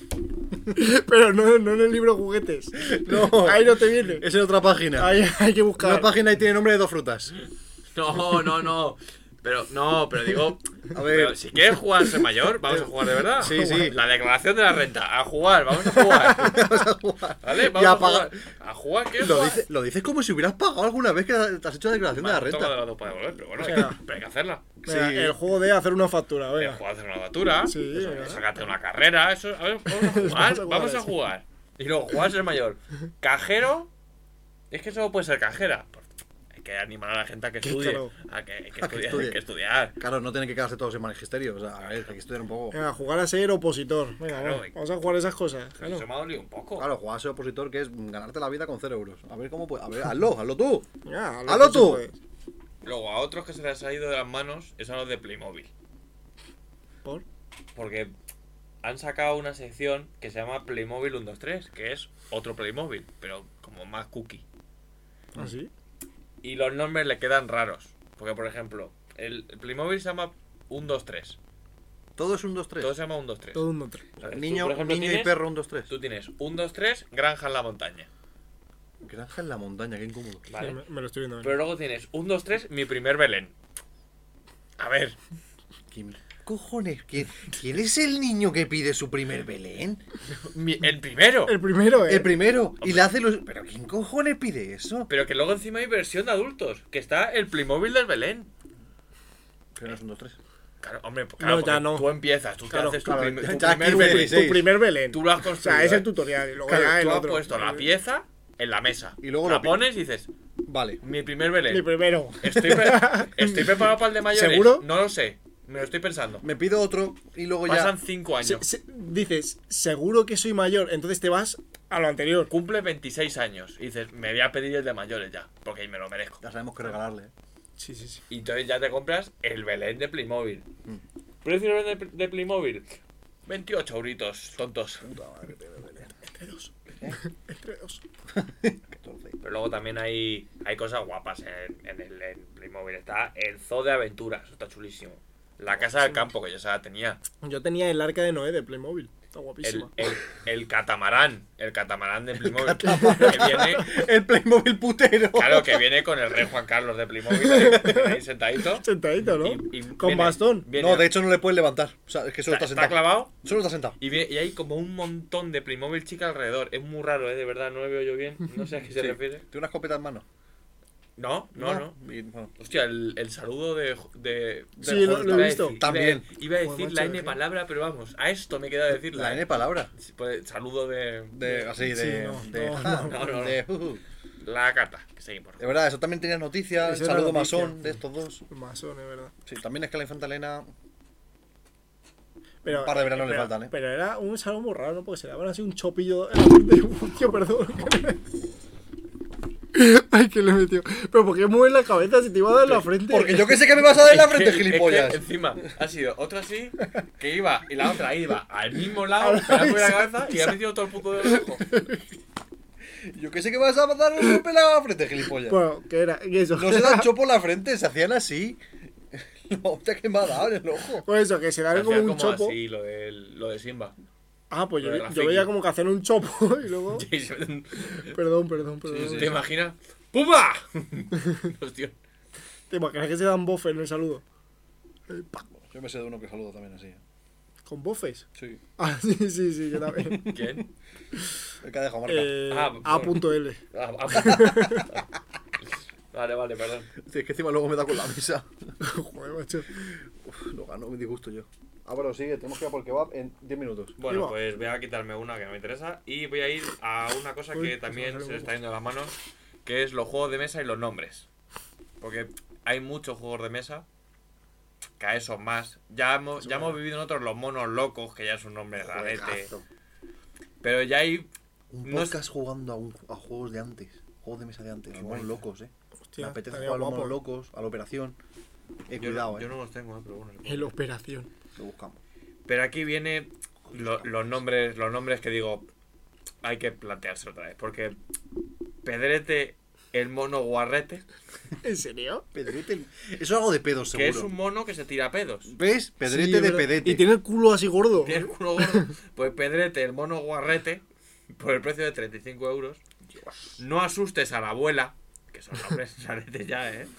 Pero no, no en el libro juguetes. No. Ahí no te viene. Es en otra página. Ahí hay que buscar. Una página y tiene nombre de dos frutas. No, no, no. Pero, no, pero digo. A ver. pero si quieres jugar a ser mayor, vamos a jugar de verdad. Sí, sí. La declaración de la renta. A jugar, vamos a jugar. Vas a jugar. ¿Vale? Y Vamos a a pagar. jugar. ¿A jugar qué? Lo, dice- lo dices como si hubieras pagado alguna vez que te has hecho la declaración de la Vale, toca de renta. las dos para devolver, pero bueno, hay Venga. que, pero hay que hacerla. Venga, Sí. el juego de hacer una factura, El venga. juego a hacer una factura. Sí, eso, venga. sácate una carrera. Eso, a ver, vamos a jugar. Vamos a jugar vamos a así. jugar. Y luego jugar a ser mayor. Cajero. Es que solo puede ser cajera. Hay que animar a la gente a que estudie. Claro. A que, hay que A que estudiar, estudie. hay que estudiar. Claro, no tienen que quedarse todos en magisterio. O sea, a ver, hay que estudiar un poco. Venga, jugar a ser opositor. Venga, Claro, va, y- vamos a jugar esas cosas. Claro. Eso me ha dolido un poco. Claro, jugar a ser opositor, que es ganarte la vida con cero euros. A ver cómo puede. A ver, hazlo, hazlo tú. Venga, ¡Hazlo que se tú! puede. Luego, a otros que se les ha ido de las manos es a los de Playmobil. ¿Por? Porque han sacado una sección que se llama Playmobil uno dos tres, que es otro Playmobil, pero como más cookie. ¿Ah, sí? Y los nombres le quedan raros. Porque, por ejemplo, el el Playmobil se llama uno dos tres. Todo es un dos tres. Todo se llama uno dos tres. Todo un otro. O sea, tú, Niño, por ejemplo, niño y tienes- perro un dos tres. Tú tienes un dos tres, granja en la montaña. Granja en la montaña, qué incómodo. ¿Vale? Sí, me, me lo estoy viendo. Pero luego tienes un dos tres, mi primer Belén. A ver, ¿Quién cojones? ¿Quién, quién es el niño que pide su primer Belén? mi- el primero. El primero, ¿eh? El primero. Y le hace los. ¿Pero quién cojones pide eso? Pero que luego encima hay versión de adultos, que está el Playmobil del Belén. Pero no es un dos tres. Claro, hombre, pues claro, No, ya porque no. tú empiezas, tú Claro, te haces claro, tu, prim- ya tu aquí primer me Belén. dices. Tu primer Belén. Tú lo has O construido. sea, es el ¿eh? tutorial. Y luego Claro, ya el Tú has otro. puesto la pieza en la mesa. Y luego la lo pi- pones y dices, Vale. mi primer Belén. Mi primero. Estoy, pre- estoy preparado para el de mayores. ¿Seguro? No lo sé. Me lo estoy pensando. Me pido otro y luego ya. Pasan cinco años. Se- se- dices, seguro que soy mayor, entonces te vas a lo anterior. Cumple veintiséis años. Y dices, me voy a pedir el de mayores ya. Porque me lo merezco. Ya sabemos qué regalarle. ¿eh? Sí, sí, sí. Y entonces ya te compras el Belén de Playmobil. Mm. Precio del Belén de, de Playmobil. veintiocho euritos, tontos. Puta madre, qué Belén. Entre dos. Entre dos. catorce. Pero luego también hay, hay cosas guapas en, en el en Playmobil. Está el Zoo de Aventuras. Eso está chulísimo. La Casa del Campo, que yo ya la tenía. Yo tenía el arca de Noé de Playmobil. Está El, guapísima. el, el catamarán. El catamarán de Playmobil. Que viene, El Playmobil putero. claro, que viene con el rey Juan Carlos de Playmobil ahí, ahí sentadito. Sentadito, ¿no? Y- y Con viene- bastón. viene- No, de hecho no le puedes levantar. O sea, es que solo está, está está sentado. clavado. Solo está sentado. Y, ve- y hay como un montón de Playmobil chica alrededor. Es muy raro, ¿eh? De verdad, no lo veo yo bien. No sé a qué se Sí. refiere. ¿Tiene una escopeta en mano? No, no, no. Y, bueno, Hostia, el, el saludo de. de Sí, del lo- juego lo he iba a visto. decir- También. Iba, iba a Joder, decir la macho, N ¿eh? palabra, pero vamos, a esto me queda decir la N palabra. Pues, saludo de. De, así, Sí, de. no, de, no, ja, no, no, no. de, uh, uh. La carta, que seguimos. De verdad, eso también tenía noticias. El Esa era saludo noticia. masón de estos dos. Masón, es verdad. Sí, también es que a la infanta Elena. Pero, Un par de veranos le pero- faltan, ¿eh? Pero era un salón muy raro, ¿no? Porque se daban así un chopillo en la frente. Tío, perdón. Ay, que le metió. Pero ¿por qué mueves la cabeza si te iba a dar en la frente? Porque yo que sé que me vas a dar en la Es que- frente, es que gilipollas. encima, ha sido otra así, que iba, y la otra iba al mismo lado, esperando la cabeza, y ha metido todo el puto de ojo. Yo que sé que me vas a dar un golpe en la frente, gilipollas. Bueno, ¿qué era? ¿Qué eso? No se dan chopo en la frente, se hacían así. No, hostia, que me ha dado en el ojo. Pues eso, que se dan como Hacía un chopo. así, lo de, lo de Simba. Ah, pues yo, Lo de yo Rafiki. veía como que hacían un chopo y luego. Jason, Perdón, perdón, perdón. Sí, ¿te imaginas? ¡Pumba! Hostia. ¿Te imaginas que se dan bofes en el saludo? Eh, pa, Yo me sé de uno que saludo también así. ¿Con bofes? Sí. Ah, sí, sí, sí, yo también. ¿Quién? El que ha dejado marca. Eh, Ah, A.L. Ah, ah, Vale, vale, perdón. Sí, es que encima luego me da con la mesa. Joder, macho. Uf, lo gano, me disgusto yo. Ah, bueno, sigue, tenemos que ir a por el kebab en diez minutos. Bueno, Iba. pues voy a quitarme una que no me interesa y voy a ir a una cosa Uy, que se también me sale se un le está poco. yendo de las manos, que es los juegos de mesa y los nombres. Porque hay muchos juegos de mesa, cada vez son más. Ya hemos, ya hemos vivido en otros los monos locos, que ya es un nombre rarete. Juegazo. Pero ya hay... Un No es- podcast jugando a, un- a juegos de antes. Juegos de mesa de antes. Los monos locos, eh. Hostia, me apetece estaría jugar a los guapo. monos locos, a la operación. Eh, Yo, cuidado, no, eh. yo no los tengo, eh, pero bueno. En la operación. Lo buscamos. Pero aquí viene lo- los nombres, los nombres que digo, hay que plantearse otra vez. Porque Pedrete, el mono guarrete, ¿En serio? Pedrete. Eso es algo de pedos, que seguro. es un mono que se tira pedos. ¿Ves? Pedrete Sí, de es verdad. pedete. Y tiene el culo así gordo. Tiene el culo gordo. Pues Pedrete, el mono guarrete, por el precio de treinta y cinco euros. No asustes a la abuela, que son nombres raretes ya, ¿eh?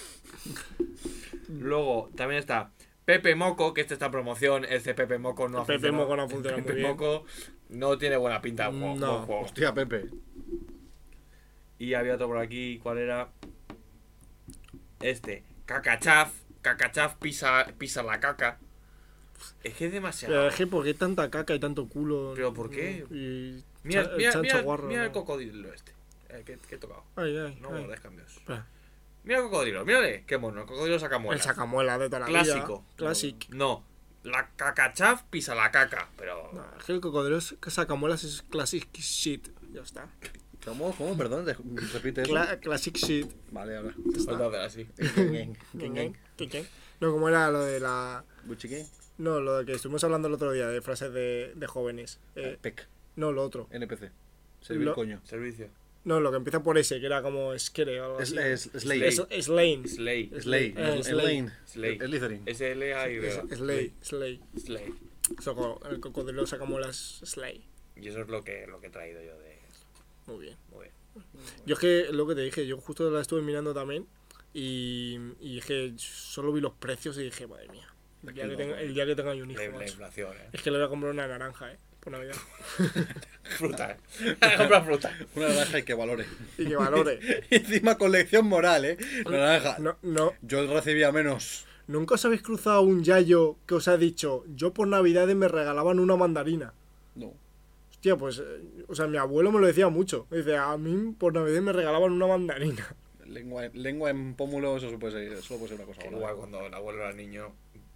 Luego también está Pepe Moco, que este está en promoción. Este Pepe Moco no ha Pepe funcionado. Moco no funciona muy Pepe bien. Moco no tiene buena pinta el juego. No. buen juego. Hostia, Pepe. Y había otro por aquí, ¿cuál era? Este, Cacachaf. Cacachaf pisa, pisa la caca. Es que es demasiado. Pero es que ¿por qué tanta caca y tanto culo? ¿Pero por qué? Y Mira, cha- mira, chancho mira, guarro, mira ¿no? el cocodrilo este. Eh, que, que he tocado. Ay, ay, No ay. guardes cambios. Espera. Mira el cocodrilo, mírale. Qué mono, el cocodrilo El sacamuelas. sacamuela de toda la Clásico. vida. Clásico. No, la cacachaf pisa la caca. Pero. No, es que el cocodrilo es- que sacamuelas es classic shit. Ya está. ¿Cómo? ¿Cómo? Perdón, de- repite eso. Cla- classic shit. Vale, ahora. Falta hacer así. ¿Qué, qué? No, como era lo de la... Buchique. No, lo de que estuvimos hablando el otro día de frases de, de jóvenes. Eh, P E C. no, lo otro. N P C. Servir Lo- coño. Servicio. No, lo que empieza por ese, que era como Skere o algo Es, así. es, Slay. Es, es Lane. Slay. Slay. Eh, Es Slay. Lane. Slay. Slytherin. S L A Y. Es- Slay. Slay. Slay. Eso, co- el cocodrilo sacamuelas Slay. Y eso es lo que, lo que he traído yo de. Muy bien. Muy bien. Yo es que, lo que te dije, yo justo la estuve mirando también y, y dije, solo vi los precios y dije, madre mía, el día que tenga, el día que tenga yo un hijo, La, la macho. inflación, eh. Es que le voy a comprar una naranja, eh, por Navidad. Fruta, eh. Compra fruta. Una naranja y que valore. Y que valore. Y encima colección moral, ¿eh? Naranja. No, no, Yo recibía menos. ¿nunca os habéis cruzado un yayo que os ha dicho, yo por Navidades me regalaban una mandarina? No. Hostia, pues, eh, o sea, mi abuelo me lo decía mucho. Dice, a mí por Navidad me regalaban una mandarina. Lengua, lengua en pómulo, eso puede ser, eso puede ser una cosa Que buena. igual cuando el abuelo era niño.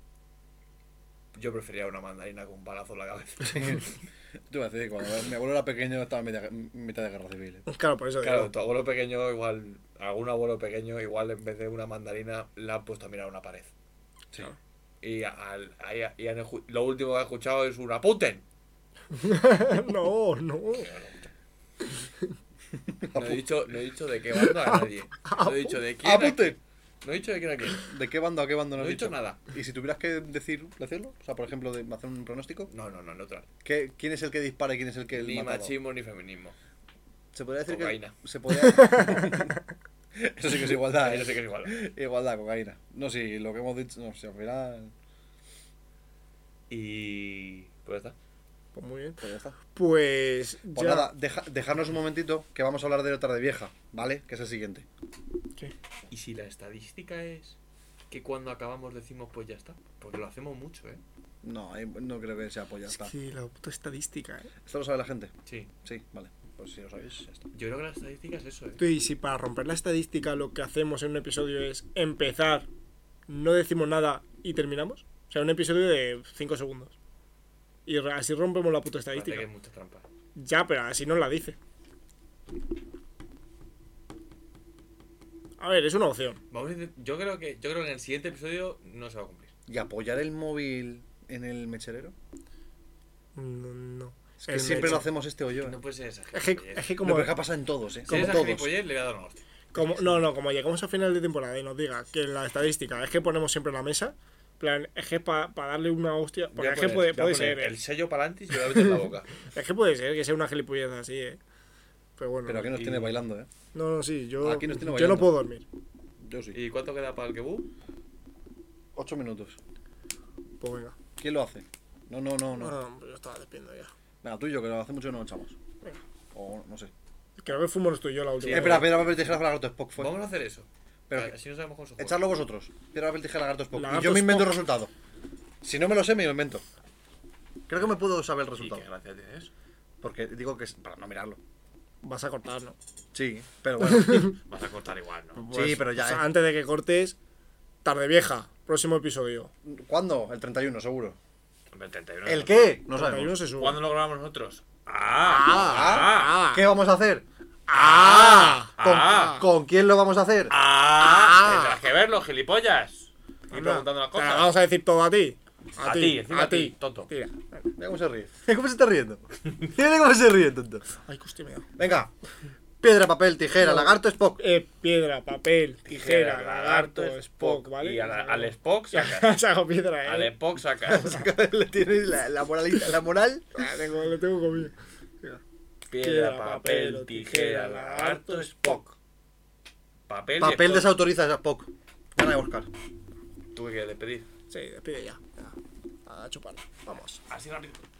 Yo prefería una mandarina con un palazo en la cabeza. Te iba a decir, cuando mi abuelo era pequeño estaba en mitad, en mitad de guerra civil. ¿eh? Claro, por eso Claro, digo. tu abuelo pequeño, igual. Algún abuelo pequeño, igual en vez de una mandarina, le han puesto a mirar una pared. Sí. Y, al, ahí- y han escu- lo último que ha escuchado es un apunten. No, no. No he dicho, no he dicho de qué bando a nadie. No he dicho de quién. a- ¡Apunte! No he dicho de quién a quién. ¿De qué bando a qué bando no No has he dicho dicho? nada. ¿Y si tuvieras que decir, decirlo? O sea, por ejemplo, de hacer un pronóstico. No, no, no, neutral. ¿Qué, ¿Quién es el que dispara y quién es el que Ni matado? machismo ni feminismo. Se podría decir Cocaína. que. Se podría... Eso sí que es igualdad. Eso ¿eh? sí que es igual. Igualdad, cocaína. No, sí, lo que hemos dicho. No, si al final. Y. Pues ya está. Pues muy bien. Pues ya está. Pues Pues ya. nada, deja- dejarnos un momentito que vamos a hablar de otra de vieja, ¿vale? Que es el siguiente. ¿Qué? ¿Y si la estadística es que cuando acabamos decimos pues ya está? Porque lo hacemos mucho, ¿eh? No, ahí no creo que sea pues ya Es está. que la puta estadística, ¿eh? ¿Esto lo sabe la gente? Sí. Sí, vale. Pues si lo sabéis, ya está. Yo creo que la estadística es eso, ¿eh? Tú, y si para romper la estadística lo que hacemos en un episodio es empezar, no decimos nada y terminamos. O sea, un episodio de cinco segundos. Y re- así rompemos la puta Parece estadística. que es mucha trampa. Ya, pero así nos la dice. A ver, es una opción. Vamos a intent- yo creo que yo creo que en el siguiente episodio no se va a cumplir. ¿Y apoyar el móvil en el mecherero? No. no. Es que El siempre mecho- lo hacemos este o yo. ¿eh? No puede ser esa Es que, gilipollez. es que No, como, pero es que pasa en todos, ¿eh? Si Como eres esa todos. gilipollez, le voy a dar una hostia. como- no, no, como llegamos a final de temporada y nos diga que la estadística es que ponemos siempre la mesa, en plan, es que para darle una hostia, Voy porque a es que poner- puede, voy a puede poner ser, ¿eh? el sello para adelante y se lo voy a meter en la boca. Es que puede ser que sea una gilipollez así, eh. Pero bueno, Pero aquí nos Y- tiene bailando, ¿eh? no, no, sí, yo, Aquí nos tiene yo bailando. no puedo dormir. Yo sí. ¿Y cuánto queda para el kebú? Ocho minutos. Pues venga. ¿Quién lo hace? No, no, no, no. No, yo estaba despidiendo ya. Venga, tú y yo, que hace mucho que no nos echamos. Venga. O no sé. Creo que fuimos tú y yo la última. Eh, vez. espera, piedra, papel, tijera, lagarto, Spock fue. Vamos a hacer eso. Pero Pero que- así no sabemos cómo se juega. Echarlo vosotros. Piedra, papel, tijera, lagarto, Spock. Lagarto, y yo me invento el Spock. resultado. Si no me lo sé, me lo invento. Creo que me puedo saber el ¿Y resultado. qué gracia tienes? Porque digo que es para no mirarlo. Vas a cortar, ¿no? Sí, pero bueno. Vas a cortar igual, ¿no? Sí, pero ya, o sea, eh. antes de que cortes, tarde vieja, próximo episodio. ¿Cuándo? El treinta y uno, seguro. Hombre, treinta y uno ¿El no. qué? No treinta y uno sabemos. se sube. ¿Cuándo lo grabamos nosotros? ¡Ah! Ah, ¿Qué vamos a hacer? ¡Ah! ¿Con, Ah. ¿con quién lo vamos a hacer? ¡Ah! Tendrás que verlo, gilipollas. Y Anda, preguntando las te la cosas. vamos a decir todo a ti. A, A ti, ti, encima a a ti, ti. tonto. Tira. Mira cómo se ríe. Mira cómo se está riendo. Mira cómo se ríe, tonto. Ay, que hostia me da. Venga. Piedra, papel, tijera, lagarto, Spock. Eh, piedra, papel, tijera, Tijera, lagarto, lagarto, Spock, ¿vale? Y a la- al Spock sacas. Saco piedra, eh. Al Spock sacas. Le tienes la, la moralita, la moral. Ah, tengo, lo tengo comido. Piedra, papel, tijera, lagarto, Spock. Papel, y Papel Spock. desautoriza a Spock. Gana de Oscar. ¿Tú qué quieres despedir? Sí, despide ya. Ya. A chuparla. Vamos. Así rápido.